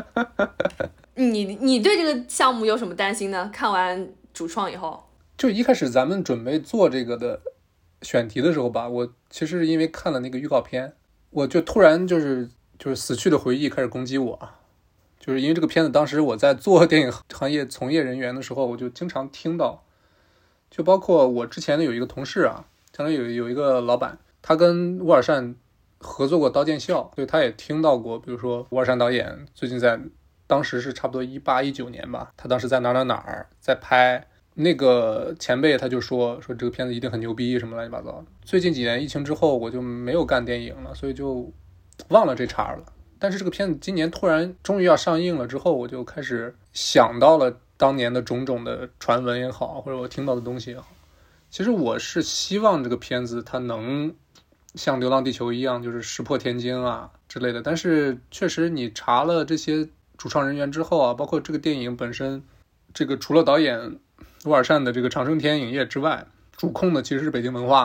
你对这个项目有什么担心呢？看完主创以后， 就一开始咱们准备做这个的选题的时候吧，我其实因为看了那个预告片，我就突然就是死去的回忆开始攻击我。就是因为这个片子当时我在做电影行业从业人员的时候，我就经常听到，就包括我之前的有一个同事啊，相当于有一个老板，他跟乌尔善合作过《刀剑笑》，所以他也听到过，比如说乌尔善导演最近当时是差不多18、19年吧，他当时在哪儿在拍，那个前辈他就说这个片子一定很牛逼什么乱七八糟。最近几年疫情之后我就没有干电影了，所以就忘了这茬了。但是这个片子今年突然终于要上映了之后，我就开始想到了当年的种种的传闻也好，或者我听到的东西也好。其实我是希望这个片子它能像《流浪地球》一样，就是石破天惊啊之类的。但是确实你查了这些主创人员之后啊，包括这个电影本身，这个除了导演乌尔善的这个长生天影业之外，主控的其实是北京文化嘛。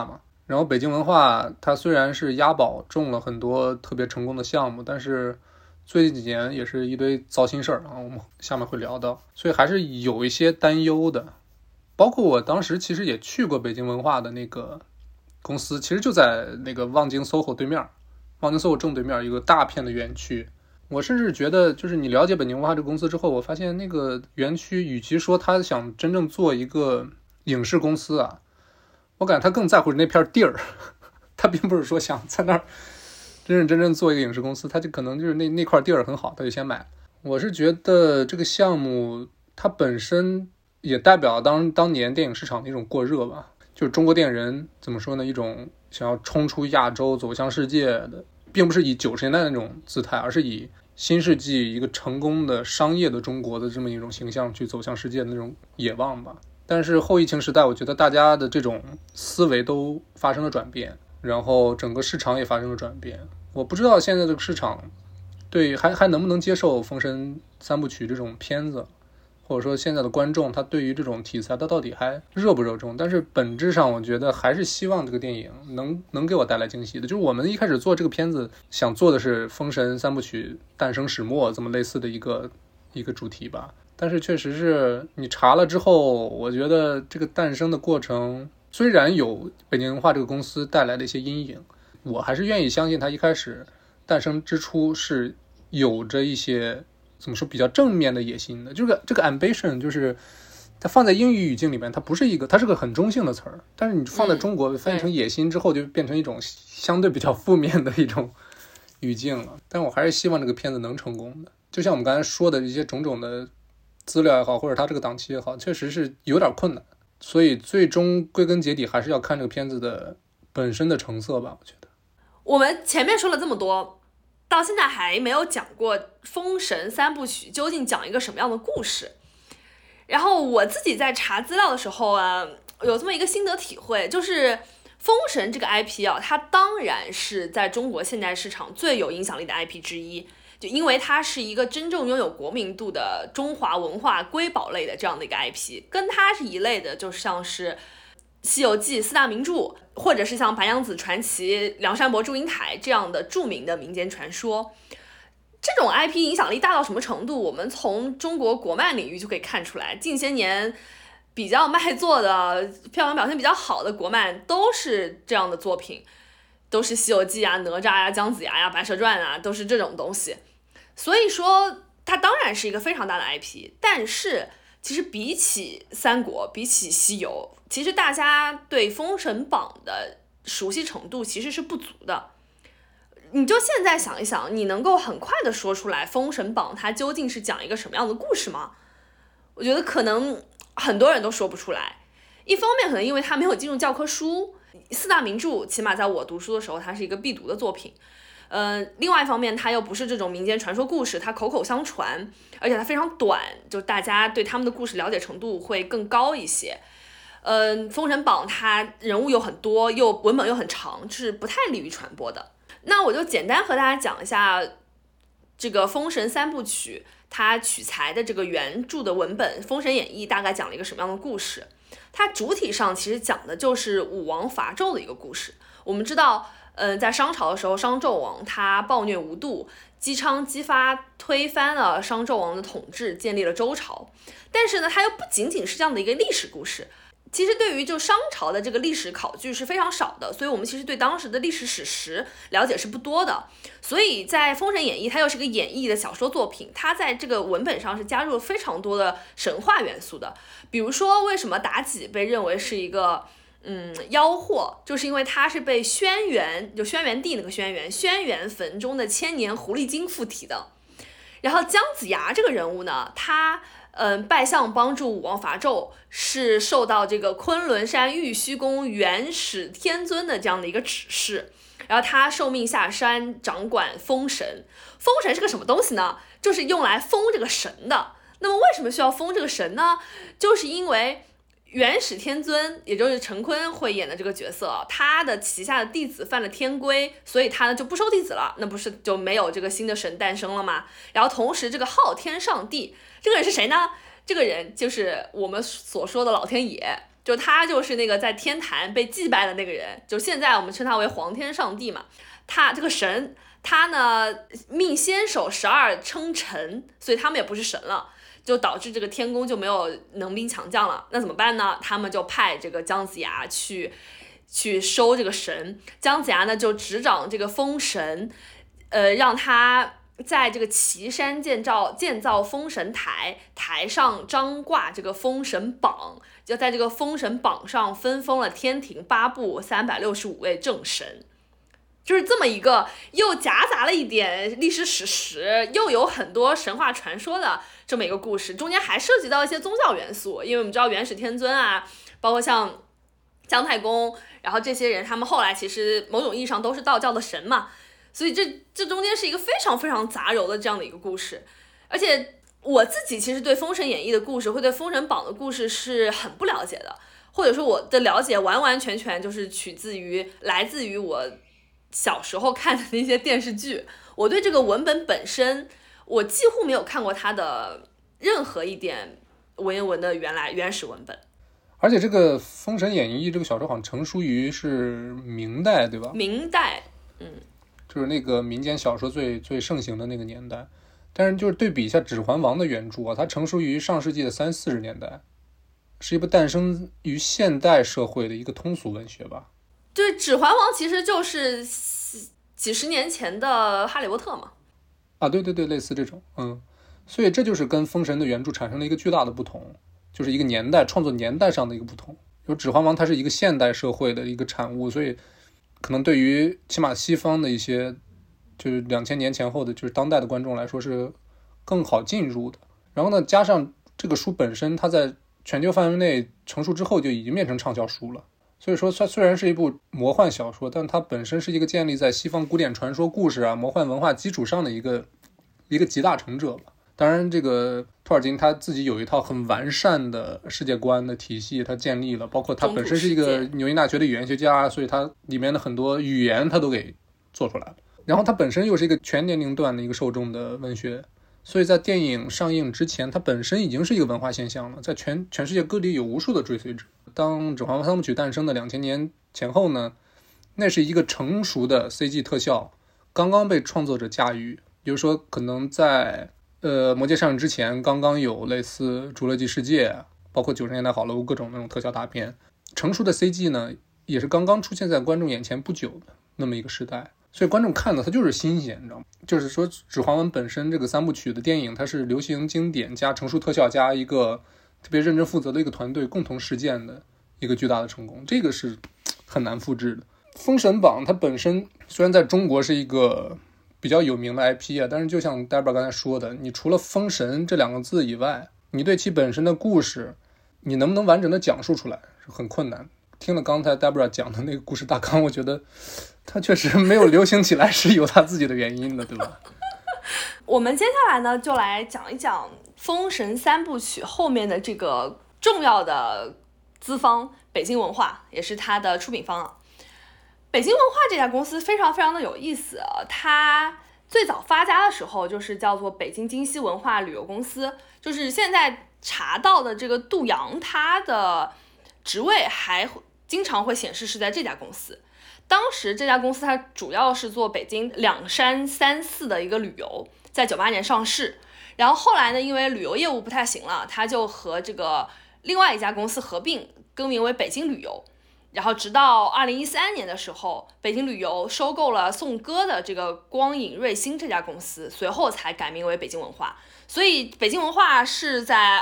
然后北京文化它虽然是押宝中了很多特别成功的项目，但是最近几年也是一堆糟心事儿啊，我们下面会聊到，所以还是有一些担忧的。包括我当时其实也去过北京文化的那个公司，其实就在那个望京 SOHO 对面，望京 SOHO 正对面有个大片的园区。我甚至觉得，就是你了解北京文化这个公司之后，我发现那个园区与其说他想真正做一个影视公司啊，我感觉他更在乎那片地儿，他并不是说想在那儿真正做一个影视公司，他就可能就是那块地儿很好，他就先买。我是觉得这个项目它本身也代表当年电影市场的一种过热吧，就是中国电影人怎么说呢，一种想要冲出亚洲走向世界的，并不是以90年代的那种姿态，而是以新世纪一个成功的商业的中国的这么一种形象去走向世界的那种野望吧。但是后疫情时代，我觉得大家的这种思维都发生了转变，然后整个市场也发生了转变。我不知道现在这个市场对还能不能接受《封神三部曲》这种片子，或者说现在的观众他对于这种题材他到底还热不热衷。但是本质上我觉得还是希望这个电影能给我带来惊喜的。就是我们一开始做这个片子想做的是《封神三部曲》诞生始末这么类似的一个主题吧，但是确实是你查了之后，我觉得这个诞生的过程虽然有北京文化这个公司带来的一些阴影，我还是愿意相信它一开始诞生之初是有着一些怎么说比较正面的野心的。就是这个 ambition， 就是它放在英语语境里面，它不是一个，它是个很中性的词儿，但是你放在中国翻译成野心之后，就变成一种相对比较负面的一种语境了。但我还是希望这个片子能成功的。就像我们刚才说的一些种种的资料也好，或者它这个档期也好，确实是有点困难，所以最终归根结底还是要看这个片子的本身的成色吧。我觉得我们前面说了这么多，到现在还没有讲过《封神三部曲》究竟讲一个什么样的故事。然后我自己在查资料的时候啊，有这么一个心得体会，就是封神这个 IP 啊，它当然是在中国现代市场最有影响力的 IP 之一，就因为它是一个真正拥有国民度的中华文化瑰宝类的这样的一个 IP， 跟它是一类的，就像是西游记四大名著，或者是像白娘子传奇、梁山伯祝英台这样的著名的民间传说。这种 IP 影响力大到什么程度，我们从中国国漫领域就可以看出来。近些年比较卖座的、票房表现比较好的国漫都是这样的作品，都是西游记啊、哪吒啊、姜子牙啊、白蛇传啊，都是这种东西。所以说它当然是一个非常大的 IP， 但是其实比起三国，比起西游，其实大家对封神榜的熟悉程度其实是不足的。你就现在想一想，你能够很快的说出来封神榜它究竟是讲一个什么样的故事吗？我觉得可能很多人都说不出来。一方面可能因为它没有进入教科书，四大名著起码在我读书的时候它是一个必读的作品。另外一方面它又不是这种民间传说故事，它口口相传，而且它非常短，就大家对他们的故事了解程度会更高一些。封神榜它人物又很多，又文本又很长，是不太利于传播的。那我就简单和大家讲一下这个《封神三部曲》它取材的这个原著的文本《封神演义》大概讲了一个什么样的故事。它主体上其实讲的就是武王伐纣的一个故事。我们知道在商朝的时候，商纣王他暴虐无度，姬昌姬发推翻了商纣王的统治，建立了周朝。但是呢，它又不仅仅是这样的一个历史故事。其实对于就商朝的这个历史考据是非常少的，所以我们其实对当时的历史史实了解是不多的。所以在《封神演义》它又是个演义的小说作品，它在这个文本上是加入了非常多的神话元素的。比如说为什么妲己被认为是一个妖祸，就是因为它是被轩辕，就轩辕帝那个轩辕坟中的千年狐狸精附体的。然后姜子牙这个人物呢，他拜相帮助武王伐纣，是受到这个昆仑山玉虚宫元始天尊的这样的一个指示，然后他受命下山掌管封神。封神是个什么东西呢？就是用来封这个神的。那么为什么需要封这个神呢？就是因为元始天尊，也就是陈坤会演的这个角色，他的旗下的弟子犯了天规，所以他呢就不收弟子了，那不是就没有这个新的神诞生了吗？然后同时这个昊天上帝这个人是谁呢？这个人就是我们所说的老天爷。 就他就是那个在天坛被祭拜的那个人，就现在我们称他为皇天上帝嘛。他这个神，他呢命先手12称臣，所以他们也不是神了，就导致这个天宫就没有能兵强将了。那怎么办呢？他们就派这个姜子牙去收这个神。姜子牙呢就执掌这个封神，让他在这个岐山建造封神台，台上张挂这个封神榜，就在这个封神榜上分封了天庭8部365位正神。就是这么一个又夹杂了一点历史史实，又有很多神话传说的这么一个故事，中间还涉及到一些宗教元素，因为我们知道元始天尊啊，包括像姜太公，然后这些人他们后来其实某种意义上都是道教的神嘛，所以这中间是一个非常非常杂糅的这样的一个故事。而且我自己其实对《封神演义》的故事，会对《封神榜》的故事是很不了解的，或者说我的了解完完全全就是来自于我小时候看的那些电视剧。我对这个文本本身，我几乎没有看过它的任何一点文言文的原始文本。 而且这个《封神演义》这个小说好像成书于是明代，对吧？ 明代， 就是那个民间小说最盛行的那个年代。但是就是对比一下《指环王》的原著啊，它成书于上世纪的30-40年代，是一部诞生于现代社会的一个通俗文学吧。 对，《指环王》其实就是几十年前的《哈利波特》嘛。 啊，对对对，类似这种，所以这就是跟《封神》的原著产生了一个巨大的不同，就是一个创作年代上的一个不同。就《指环王》它是一个现代社会的一个产物，所以可能对于起码西方的一些就是2000年前后的就是当代的观众来说是更好进入的。然后呢，加上这个书本身它在全球范围内成熟之后就已经变成畅销书了。所以说它虽然是一部魔幻小说，但它本身是一个建立在西方古典传说故事啊、魔幻文化基础上的一个集大成者吧。当然这个托尔金他自己有一套很完善的世界观的体系，他建立了，包括他本身是一个牛津大学的语言学家，所以他里面的很多语言他都给做出来了。然后他本身又是一个全年龄段的一个受众的文学，所以在电影上映之前，它本身已经是一个文化现象了，在全世界各地有无数的追随者。当《指环王》3部曲诞生的2000年前后呢，那是一个成熟的 CG 特效刚刚被创作者驾驭。比如说可能在魔戒上映之前，刚刚有类似《侏罗纪世界》，包括90年代好莱坞各种那种特效大片，成熟的 CG 呢也是刚刚出现在观众眼前不久的那么一个时代。所以观众看的它就是新鲜，你知道吗？就是说《指环王》本身这个3部曲的电影，它是流行经典加成熟特效加一个特别认真负责的一个团队共同实践的一个巨大的成功，这个是很难复制的。封神榜它本身虽然在中国是一个比较有名的 IP 啊，但是就像 Deborah 刚才说的，你除了封神这2个字以外，你对其本身的故事你能不能完整的讲述出来是很困难。听了刚才 Deborah 讲的那个故事大纲，我觉得它确实没有流行起来是有它自己的原因的，对吧？ 我们接下来呢就来讲一讲封神3部曲后面的这个重要的资方北京文化，也是它的出品方啊。北京文化这家公司非常非常的有意思啊，它最早发家的时候就是叫做北京京西文化旅游公司，就是现在查到的这个杜阳，他的职位还经常会显示是在这家公司。当时这家公司它主要是做北京2山3寺的一个旅游，在98年上市。然后后来呢，因为旅游业务不太行了，它就和这个另外一家公司合并，更名为北京旅游。然后直到2013年的时候，北京旅游收购了颂歌的这个光影瑞星这家公司，随后才改名为北京文化。所以北京文化是在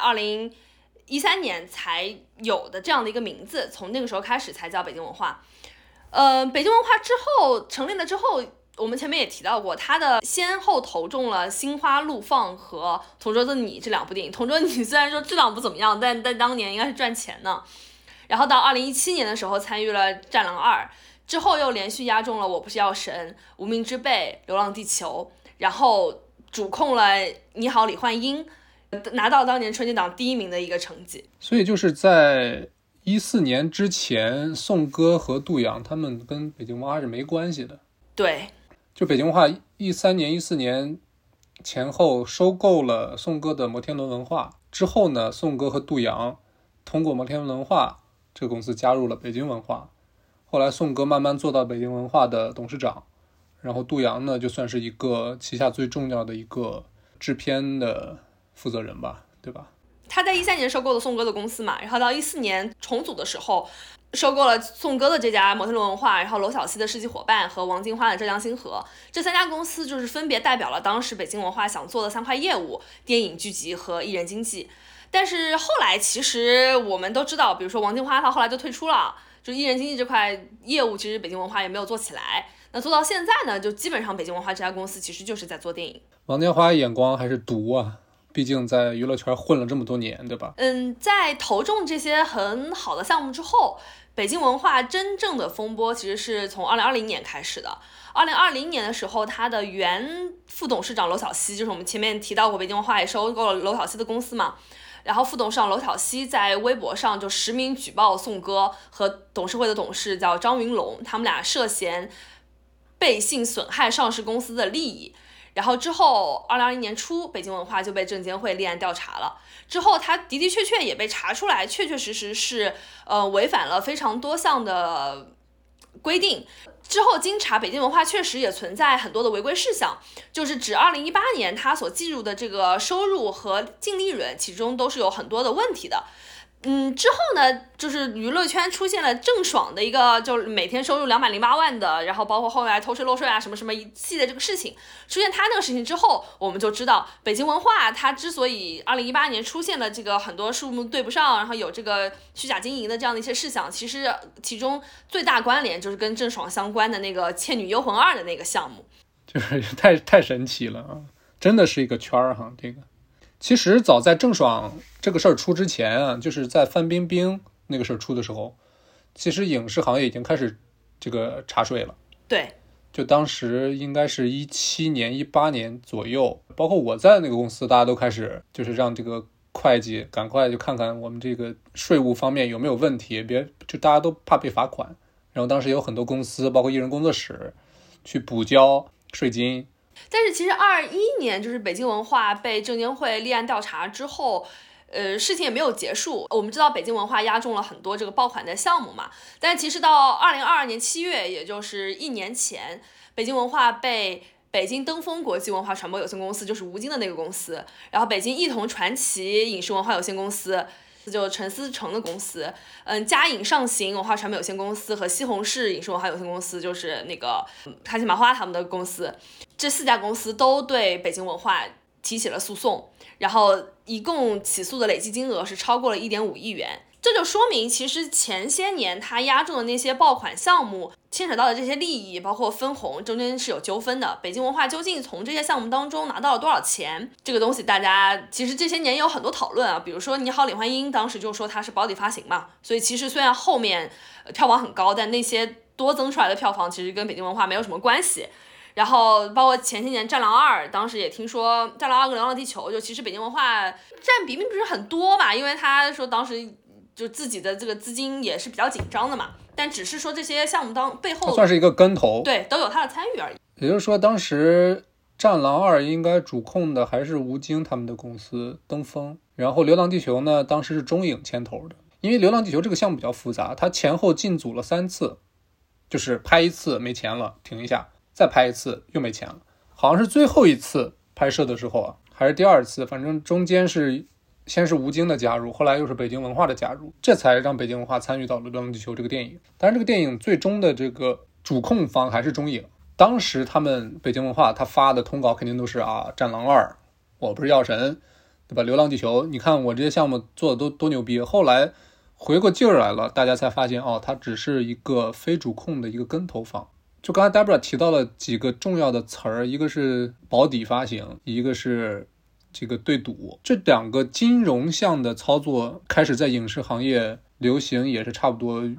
2013年才有的这样的一个名字，从那个时候开始才叫北京文化。北京文化之后成立了之后，我们前面也提到过，它的先后投中了《心花怒放》和《同桌的你》这2部电影。《同桌的你》虽然说质量不怎么样，但当年应该是赚钱呢。然后到2017年的时候参与了《战狼2》，之后又连续押中了《我不是药神》、《无名之辈》、《流浪地球》，然后主控了《你好，李焕英》，拿到当年春节档第1名的一个成绩。所以就是在14年之前，颂歌和杜阳他们跟北京文化是没关系的。 对， 就北京文化13年、14年前后收购了颂歌的摩天轮文化之后呢，颂歌和杜阳通过摩天轮文化这个公司加入了北京文化。后来宋哥慢慢做到北京文化的董事长，然后杜洋呢就算是一个旗下最重要的一个制片的负责人吧，对吧？ 他在13年收购了宋哥的公司嘛，然后到14年重组的时候收购了宋哥的这家摩天轮文化，然后娄晓曦的世纪伙伴和王金花的浙江星河，这3家公司就是分别代表了当时北京文化想做的3块业务：电影、剧集和艺人经济。但是后来其实我们都知道，比如说王金花他后来就退出了，就艺人经济这块业务其实北京文化也没有做起来。那做到现在呢，就基本上北京文化这家公司其实就是在做电影。 王金花眼光还是毒啊，毕竟在娱乐圈混了这么多年，对吧？ 在投中这些很好的项目之后，北京文化真正的风波其实是从2020年开始的。2020年的时候，他的原副董事长娄晓曦，就是我们前面提到过北京文化也收购了娄晓曦的公司嘛，然后副董事长娄晓曦在微博上就实名举报宋哥和董事会的董事叫张云龙，他们俩涉嫌背信损害上市公司的利益。然后之后2020年初，北京文化就被证监会立案调查了。之后他的的确确也被查出来，确确实实是违反了非常多项的规定。之后经查，北京文化确实也存在很多的违规事项，就是指2018年他所计入的这个收入和净利润，其中都是有很多的问题的。之后呢，就是娱乐圈出现了郑爽的一个，就是每天收入208万的，然后包括后来偷税漏税啊，什么什么一系列这个事情，出现他那个事情之后，我们就知道北京文化它之所以2018年出现了这个很多数目对不上，然后有这个虚假经营的这样的一些事项，其实其中最大关联就是跟郑爽相关的那个《倩女幽魂2》的那个项目， 就是太神奇了啊！真的是一个圈儿哈，这个。其实早在郑爽这个事儿出之前啊，就是在范冰冰那个事儿出的时候，其实影视行业已经开始这个查税了。 对， 就当时应该是17年、18年左右，包括我在那个公司，大家都开始就是让这个会计赶快就看看我们这个税务方面有没有问题，别就大家都怕被罚款。然后当时有很多公司，包括艺人工作室，去补交税金。 但是其实21年就是北京文化被证监会立案调查之后，事情也没有结束。我们知道北京文化押中了很多这个爆款的项目嘛，但其实到2022年7月，也就是1年前，北京文化被北京登峰国际文化传播有限公司，就是吴京的那个公司，然后北京艺同传奇影视文化有限公司，就陈思诚的公司，嘉影上行文化传媒有限公司和西红柿影视文化有限公司，就是那个开心麻花他们的公司，这4家公司都对北京文化提起了诉讼，然后一共起诉的累计金额是超过了1.5亿元。这就说明其实前些年他押中的那些爆款项目牵扯到的这些利益包括分红中间是有纠纷的，北京文化究竟从这些项目当中拿到了多少钱，这个东西大家其实这些年也有很多讨论啊。比如说你好李焕英当时就说他是保底发行嘛，所以其实虽然后面票房很高，但那些多增出来的票房其实跟北京文化没有什么关系。然后包括前些年《战狼2》，当时也听说《战狼2》跟《流浪地球》就其实北京文化占比并不是很多吧，因为他说当时就自己的这个资金也是比较紧张的嘛，但只是说这些项目背后算是一个跟投， 对，都有他的参与而已。 也就是说，当时《战狼2》应该主控的还是吴京他们的公司登峰，然后《流浪地球》呢，当时是中影牵头的。因为《流浪地球》这个项目比较复杂，它前后进组了3次，就是拍一次没钱了停一下，再拍一次又没钱了，好像是最后一次拍摄的时候啊，还是第2次，反正中间是先是吴京的加入，后来又是北京文化的加入，这才让北京文化参与到了《流浪地球》这个电影。但是这个电影最终的这个主控方还是中影。当时他们北京文化他发的通稿肯定都是战狼2我不是药神，对吧？流浪地球你看我这些项目做的多牛逼。后来回过劲儿来了，大家才发现它只是一个非主控的一个跟投方。就刚才 Debra 提到了几个重要的词儿，一个是保底发行，一个是这个对赌，这2个金融项的操作开始在影视行业流行，也是差不多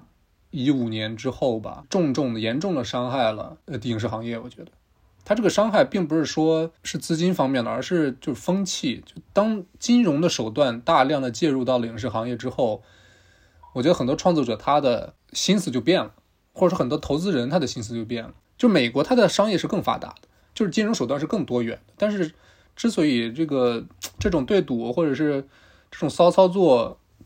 15年之后吧，严重的伤害了影视行业。我觉得它这个伤害并不是说是资金方面的，而是就是风气。就当金融的手段大量的介入到了影视行业之后，我觉得很多创作者他的心思就变了，或者说很多投资人他的心思就变了。就美国它的商业是更发达的，就是金融手段是更多元的，但是之所以这种对赌或者是这种骚操作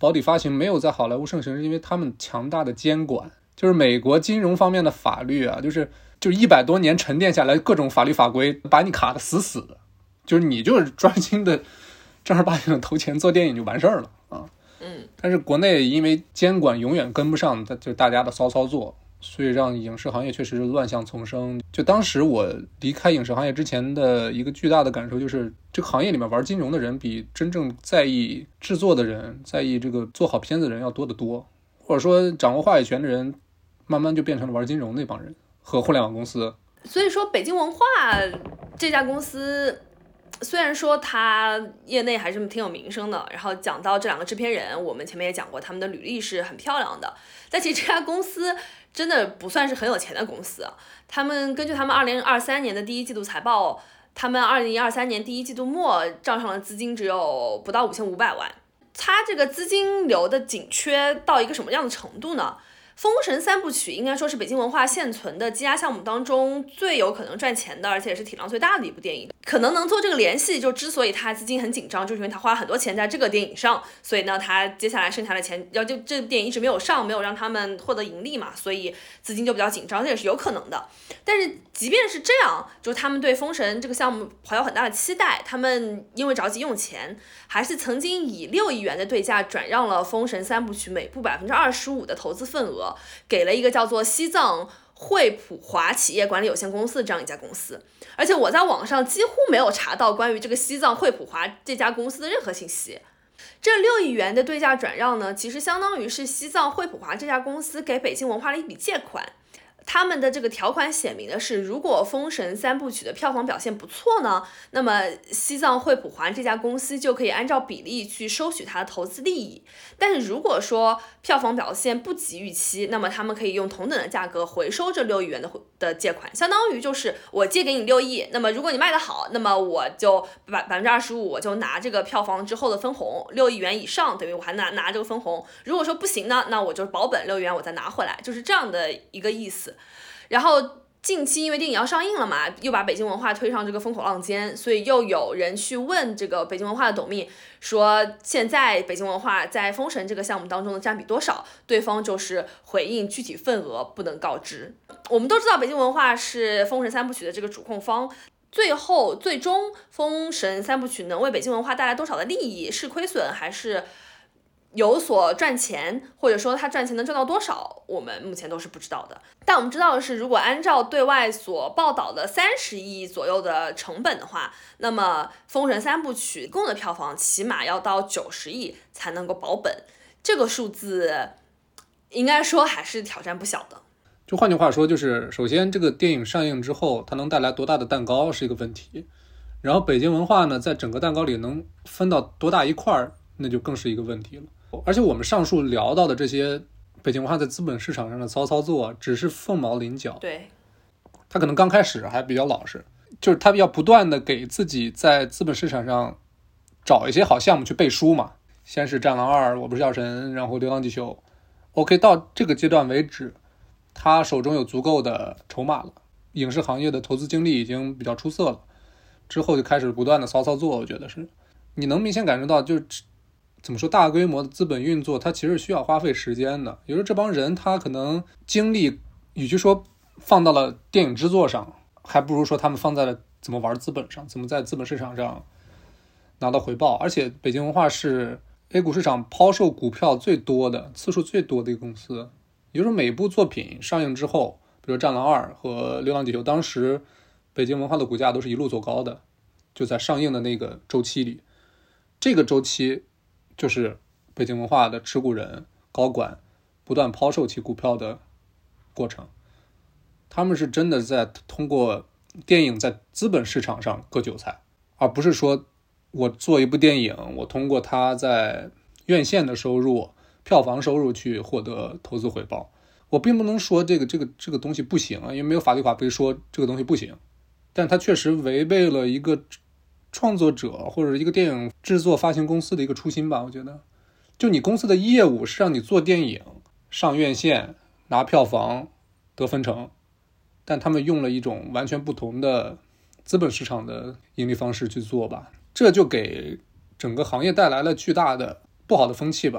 保底发行没有在好莱坞盛行，是因为他们强大的监管，就是美国金融方面的法律啊，就是100多年沉淀下来各种法律法规把你卡得死死的，就是你就是专心的正儿八经的投钱做电影就完事儿了啊。但是国内因为监管永远跟不上就大家的骚操作，所以让影视行业确实是乱象丛生。就当时我离开影视行业之前的一个巨大的感受就是，这个行业里面玩金融的人比真正在意制作的人，在意这个做好片子的人要多得多，或者说掌握话语权的人慢慢就变成了玩金融那帮人和互联网公司。 所以说北京文化这家公司虽然说它业内还是挺有名声的，然后讲到这2个制片人，我们前面也讲过他们的履历是很漂亮的，但其实这家公司真的不算是很有钱的公司。他们根据他们2023年的第一季度财报，他们2023年第一季度末账上的资金只有不到5500万。它这个资金流的紧缺到一个什么样的程度呢？封神3部曲应该说是北京文化现存的积压项目当中最有可能赚钱的，而且也是体量最大的一部电影。可能能做这个联系，就之所以他资金很紧张，就是因为他花了很多钱在这个电影上，所以呢他接下来剩下的钱就这部电影一直没有上，没有让他们获得盈利嘛，所以资金就比较紧张，这也是有可能的。但是即便是这样，就他们对封神这个项目怀有很大的期待，他们因为着急用钱，还是曾经以6亿元的对价转让了封神3部曲每部25%的投资份额，给了一个叫做西藏惠普华企业管理有限公司这样一家公司。而且我在网上几乎没有查到关于这个西藏惠普华这家公司的任何信息。这6亿元的对价转让呢，其实相当于是西藏惠普华这家公司给北京文化的一笔借款。他们的这个条款写明的是，如果封神3部曲的票房表现不错呢，那么西藏惠普华这家公司就可以按照比例去收取它的投资利益。但是如果说票房表现不及预期，那么他们可以用同等的价格回收这6亿元的借款，相当于就是我借给你6亿，那么如果你卖得好，那么我就25%我就拿这个票房之后的分红，6亿元以上等于我还拿这个分红。如果说不行呢，那我就保本6亿元我再拿回来，就是这样的一个意思。然后近期因为电影要上映了嘛，又把北京文化推上这个风口浪尖，所以又有人去问这个北京文化的董秘说，现在北京文化在封神这个项目当中的占比多少？对方就是回应具体份额不能告知。我们都知道北京文化是封神3部曲的这个主控方，最终封神3部曲能为北京文化带来多少的利益，是亏损还是有所赚钱，或者说他赚钱能赚到多少，我们目前都是不知道的。但我们知道的是，如果按照对外所报道的30亿左右的成本的话，那么封神3部曲共的票房起码要到90亿才能够保本，这个数字应该说还是挑战不小的。 就换句话说，就是首先这个电影上映之后它能带来多大的蛋糕是一个问题，然后北京文化呢在整个蛋糕里能分到多大一块，那就更是一个问题了。而且我们上述聊到的这些北京文化在资本市场上的骚操作只是凤毛麟角。 对， 他可能刚开始还比较老实，就是他要不断的给自己在资本市场上找一些好项目去背书嘛。先是战狼2，我不是药神，然后流浪地球。OK， 到这个阶段为止，他手中有足够的筹码了，影视行业的投资经历已经比较出色了，之后就开始不断的骚操作。我觉得是你能明显感受到，就是怎么说，大规模的资本运作它其实需要花费时间的。有时候这帮人他可能精力与其说放到了电影制作上，还不如说他们放在了怎么玩资本上，怎么在资本市场上拿到回报。而且北京文化是 A 股市场抛售股票最多的次数最多的一个公司，也就是每部作品上映之后，比如战狼2和流浪地球，当时北京文化的股价都是一路走高的，就在上映的那个周期里。这个周期就是北京文化的持股人高管不断抛售其股票的过程。他们是真的在通过电影在资本市场上割韭菜，而不是说我做一部电影，我通过它在院线的收入、票房收入去获得投资回报。我并不能说这个东西不行啊，因为没有法律法规说这个东西不行，但它确实违背了一个创作者或者一个电影制作发行公司的一个初心吧。我觉得就你公司的业务是让你做电影上院线拿票房得分成，但他们用了一种完全不同的资本市场的盈利方式去做吧，这就给整个行业带来了巨大的不好的风气吧。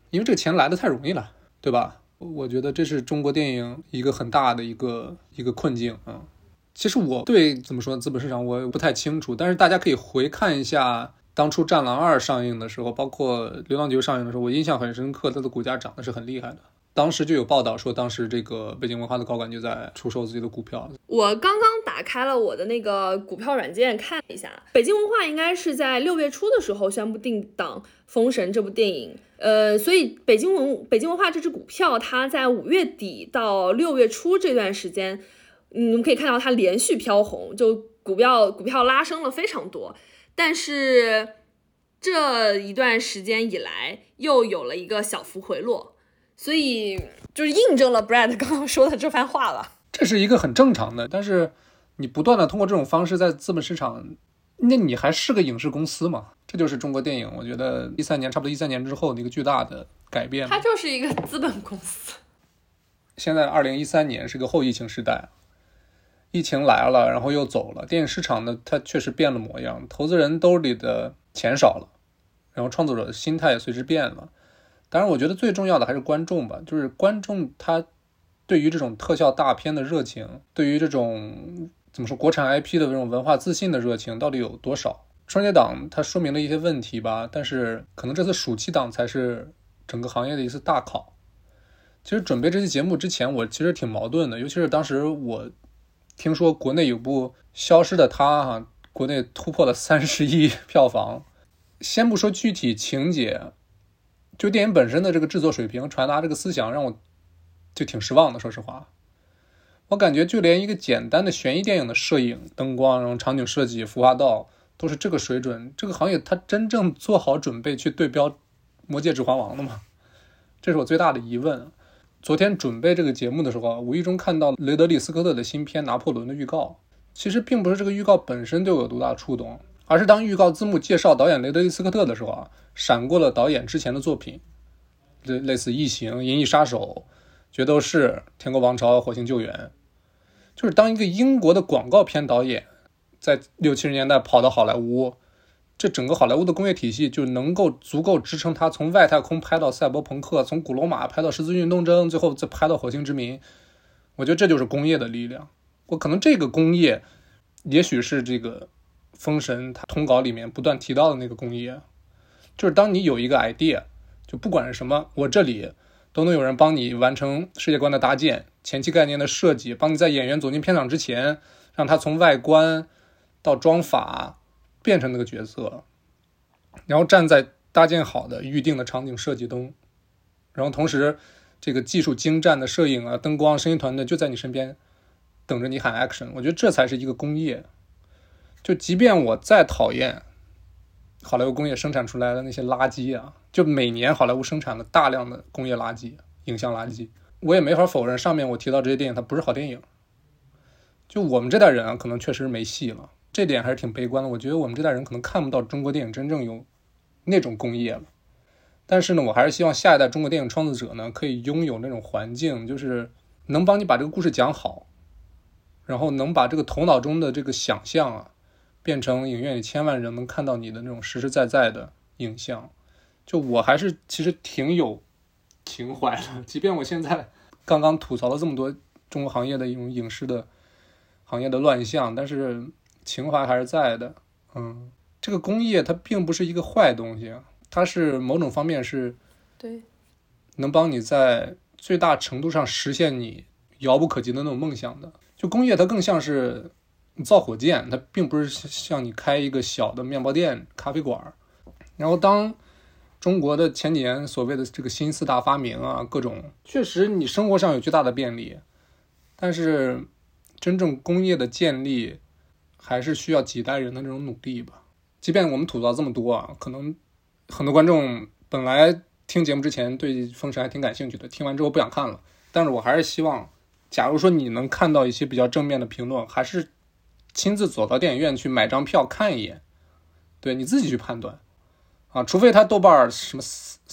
因为这个钱来的太容易了，对吧？我觉得这是中国电影一个很大的一个困境啊。其实我对怎么说资本市场我不太清楚，但是大家可以回看一下当初《战狼2》上映的时候，包括《流浪地球》上映的时候，我印象很深刻，它的股价涨的是很厉害的。当时就有报道说，当时这个北京文化的高管就在出售自己的股票。 我刚刚打开了我的那个股票软件看一下，北京文化应该是在6月初的时候宣布定档《封神》这部电影，所以北京文化这只股票，它在5月底到6月初这段时间，我们可以看到它连续飘红，就股票拉升了非常多，但是这一段时间以来又有了一个小幅回落。所以就是印证了 Brad 刚刚说的这番话了。 这是一个很正常的，但是你不断的通过这种方式在资本市场，那你还是个影视公司嘛？这就是中国电影，我觉得差不多13年之后的一个巨大的改变。 它就是一个资本公司。 现在2013年是个后疫情时代，疫情来了，然后又走了，电影市场呢，它确实变了模样，投资人兜里的钱少了，然后创作者的心态也随之变了。当然我觉得最重要的还是观众吧，就是观众他对于这种特效大片的热情，对于这种怎么说国产 IP 的这种文化自信的热情到底有多少。春节档它说明了一些问题吧，但是可能这次暑期档才是整个行业的一次大考。其实准备这期节目之前我其实挺矛盾的，尤其是当时我听说国内有部消失的她国内突破了30亿票房。先不说具体情节，就电影本身的这个制作水平传达这个思想让我就挺失望的。说实话，我感觉就连一个简单的悬疑电影的摄影、灯光，然后场景设计、服化道都是这个水准，这个行业它真正做好准备去对标魔戒指环王了吗？这是我最大的疑问。昨天准备这个节目的时候，无意中看到雷德利·斯科特的新片《拿破仑》的预告。其实并不是这个预告本身对我有多大触动，而是当预告字幕介绍导演雷德利·斯科特的时候闪过了导演之前的作品，类似《异形》《银翼杀手》《决斗士》《天国王朝》《火星救援》。就是当一个英国的广告片导演在60、70年代跑到好莱坞，这整个好莱坞的工业体系就能够足够支撑他从外太空拍到赛博朋克，从古罗马拍到十字军东征，最后再拍到火星殖民。我觉得这就是工业的力量。我可能这个工业也许是这个封神它通稿里面不断提到的那个工业，就是当你有一个 idea， 就不管是什么，我这里都能有人帮你完成世界观的搭建，前期概念的设计，帮你在演员走进片场之前让他从外观到妆法变成那个角色，然后站在搭建好的预定的场景设计中，然后同时这个技术精湛的摄影啊、灯光、声音团队就在你身边等着你喊 action。 我觉得这才是一个工业。就即便我再讨厌好莱坞工业生产出来的那些垃圾啊，就每年好莱坞生产了大量的工业垃圾、影像垃圾，我也没法否认上面我提到这些电影它不是好电影。就我们这代人啊，可能确实没戏了，这点还是挺悲观的。我觉得我们这代人可能看不到中国电影真正有那种工业了。但是呢，我还是希望下一代中国电影创作者呢，可以拥有那种环境，就是能帮你把这个故事讲好，然后能把这个头脑中的这个想象啊，变成影院里千万人能看到你的那种实实在在的影像。就我还是其实挺有情怀的，即便我现在刚刚吐槽了这么多中国行业的一种影视的行业的乱象，但是情怀还是在的。这个工业它并不是一个坏东西，它是某种方面是对能帮你在最大程度上实现你遥不可及的那种梦想的。就工业它更像是造火箭，它并不是像你开一个小的面包店、咖啡馆。然后当中国的前几年所谓的这个新4大发明啊，各种确实你生活上有巨大的便利，但是真正工业的建立还是需要几代人的这种努力吧。即便我们吐槽这么多啊，可能很多观众本来听节目之前对封神还挺感兴趣的，听完之后不想看了，但是我还是希望假如说你能看到一些比较正面的评论，还是亲自走到电影院去买张票看一眼，对，你自己去判断啊，除非他豆瓣什么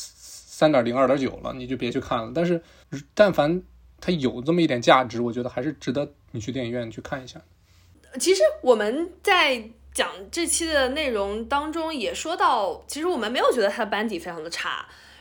3.0、2.9了，你就别去看了。但是但凡它有这么一点价值，我觉得还是值得你去电影院去看一下。 其实我们在讲这期的内容当中也说到，其实我们没有觉得他的班底非常的差，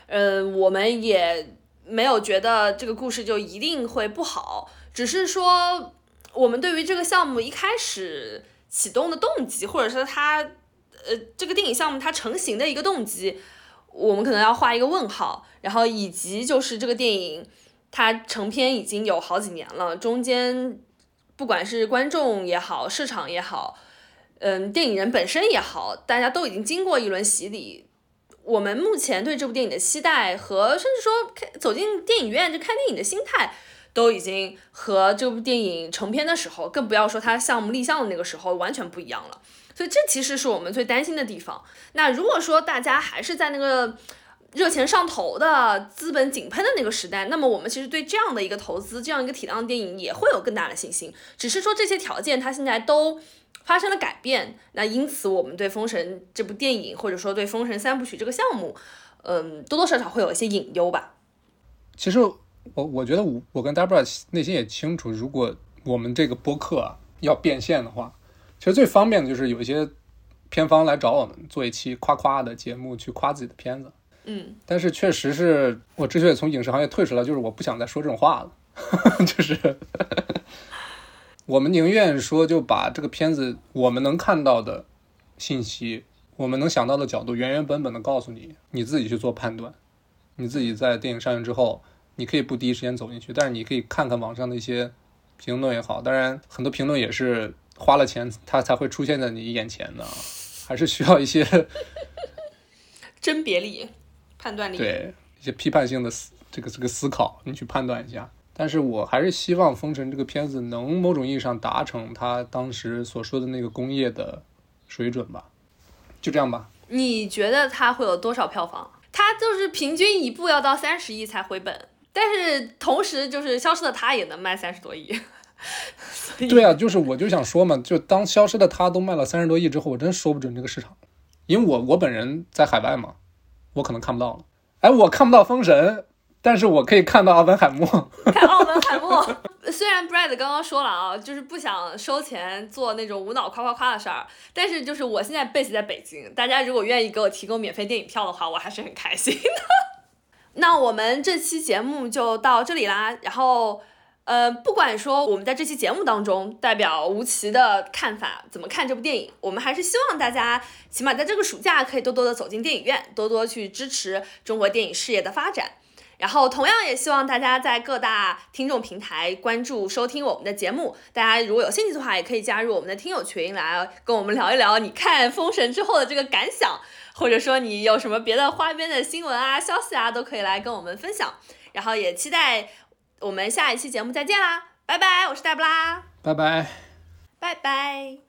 我们也没有觉得这个故事就一定会不好，只是说我们对于这个项目一开始启动的动机，或者是它这个电影项目它成型的一个动机，我们可能要画一个问号。然后以及就是这个电影它成片已经有好几年了，中间不管是观众也好，市场也好，电影人本身也好，大家都已经经过一轮洗礼。我们目前对这部电影的期待和甚至说走进电影院就看电影的心态，都已经和这部电影成片的时候，更不要说它项目立项的那个时候完全不一样了。所以这其实是我们最担心的地方。那如果说大家还是在那个热钱上头的资本井喷的那个时代，那么我们其实对这样的一个投资，这样一个体量的电影也会有更大的信心，只是说这些条件它现在都发生了改变。那因此我们对封神这部电影，或者说对封神三部曲这个项目，多多少少会有一些隐忧吧。 其实我觉得我跟 Debra 内心也清楚，如果我们这个播客要变现的话，其实最方便的就是有一些片方来找我们做一期夸夸的节目，去夸自己的片子。但是确实是我之所以从影视行业退出来，就是我不想再说这种话了就是我们宁愿说就把这个片子我们能看到的信息，我们能想到的角度原原本本的告诉你，你自己去做判断。你自己在电影上映之后，你可以不第一时间走进去，但是你可以看看网上的一些评论也好，当然很多评论也是花了钱它才会出现在你眼前的，还是需要一些甄别力、判断力， 对一些批判性的这个思考，你去判断一下。但是我还是希望封神这个片子能某种意义上达成他当时所说的那个工业的水准吧。就这样吧。 你觉得它会有多少票房？它就是平均一部要到30亿才回本，但是同时就是消失的他也能卖30多亿对啊，就是我就想说嘛，就当消失的他都卖了30多亿之后，我真说不准这个市场。因为我本人在海外嘛，我可能看不到了。哎，我看不到封神，但是我可以看到奥本海默。 看奥本海默。虽然 Brad 刚刚说了啊，就是不想收钱做那种无脑夸夸夸的事儿，但是就是我现在 base 在北京，大家如果愿意给我提供免费电影票的话，我还是很开心的。那我们这期节目就到这里啦。然后不管说我们在这期节目当中代表吴奇的看法怎么看这部电影，我们还是希望大家起码在这个暑假可以多多的走进电影院，多多去支持中国电影事业的发展。然后同样也希望大家在各大听众平台关注收听我们的节目，大家如果有兴趣的话也可以加入我们的听友群来跟我们聊一聊你看封神之后的这个感想，或者说你有什么别的花边的新闻啊消息啊都可以来跟我们分享。然后也期待我们下一期节目再见啦，拜拜，我是黛布拉， 拜拜， 拜拜。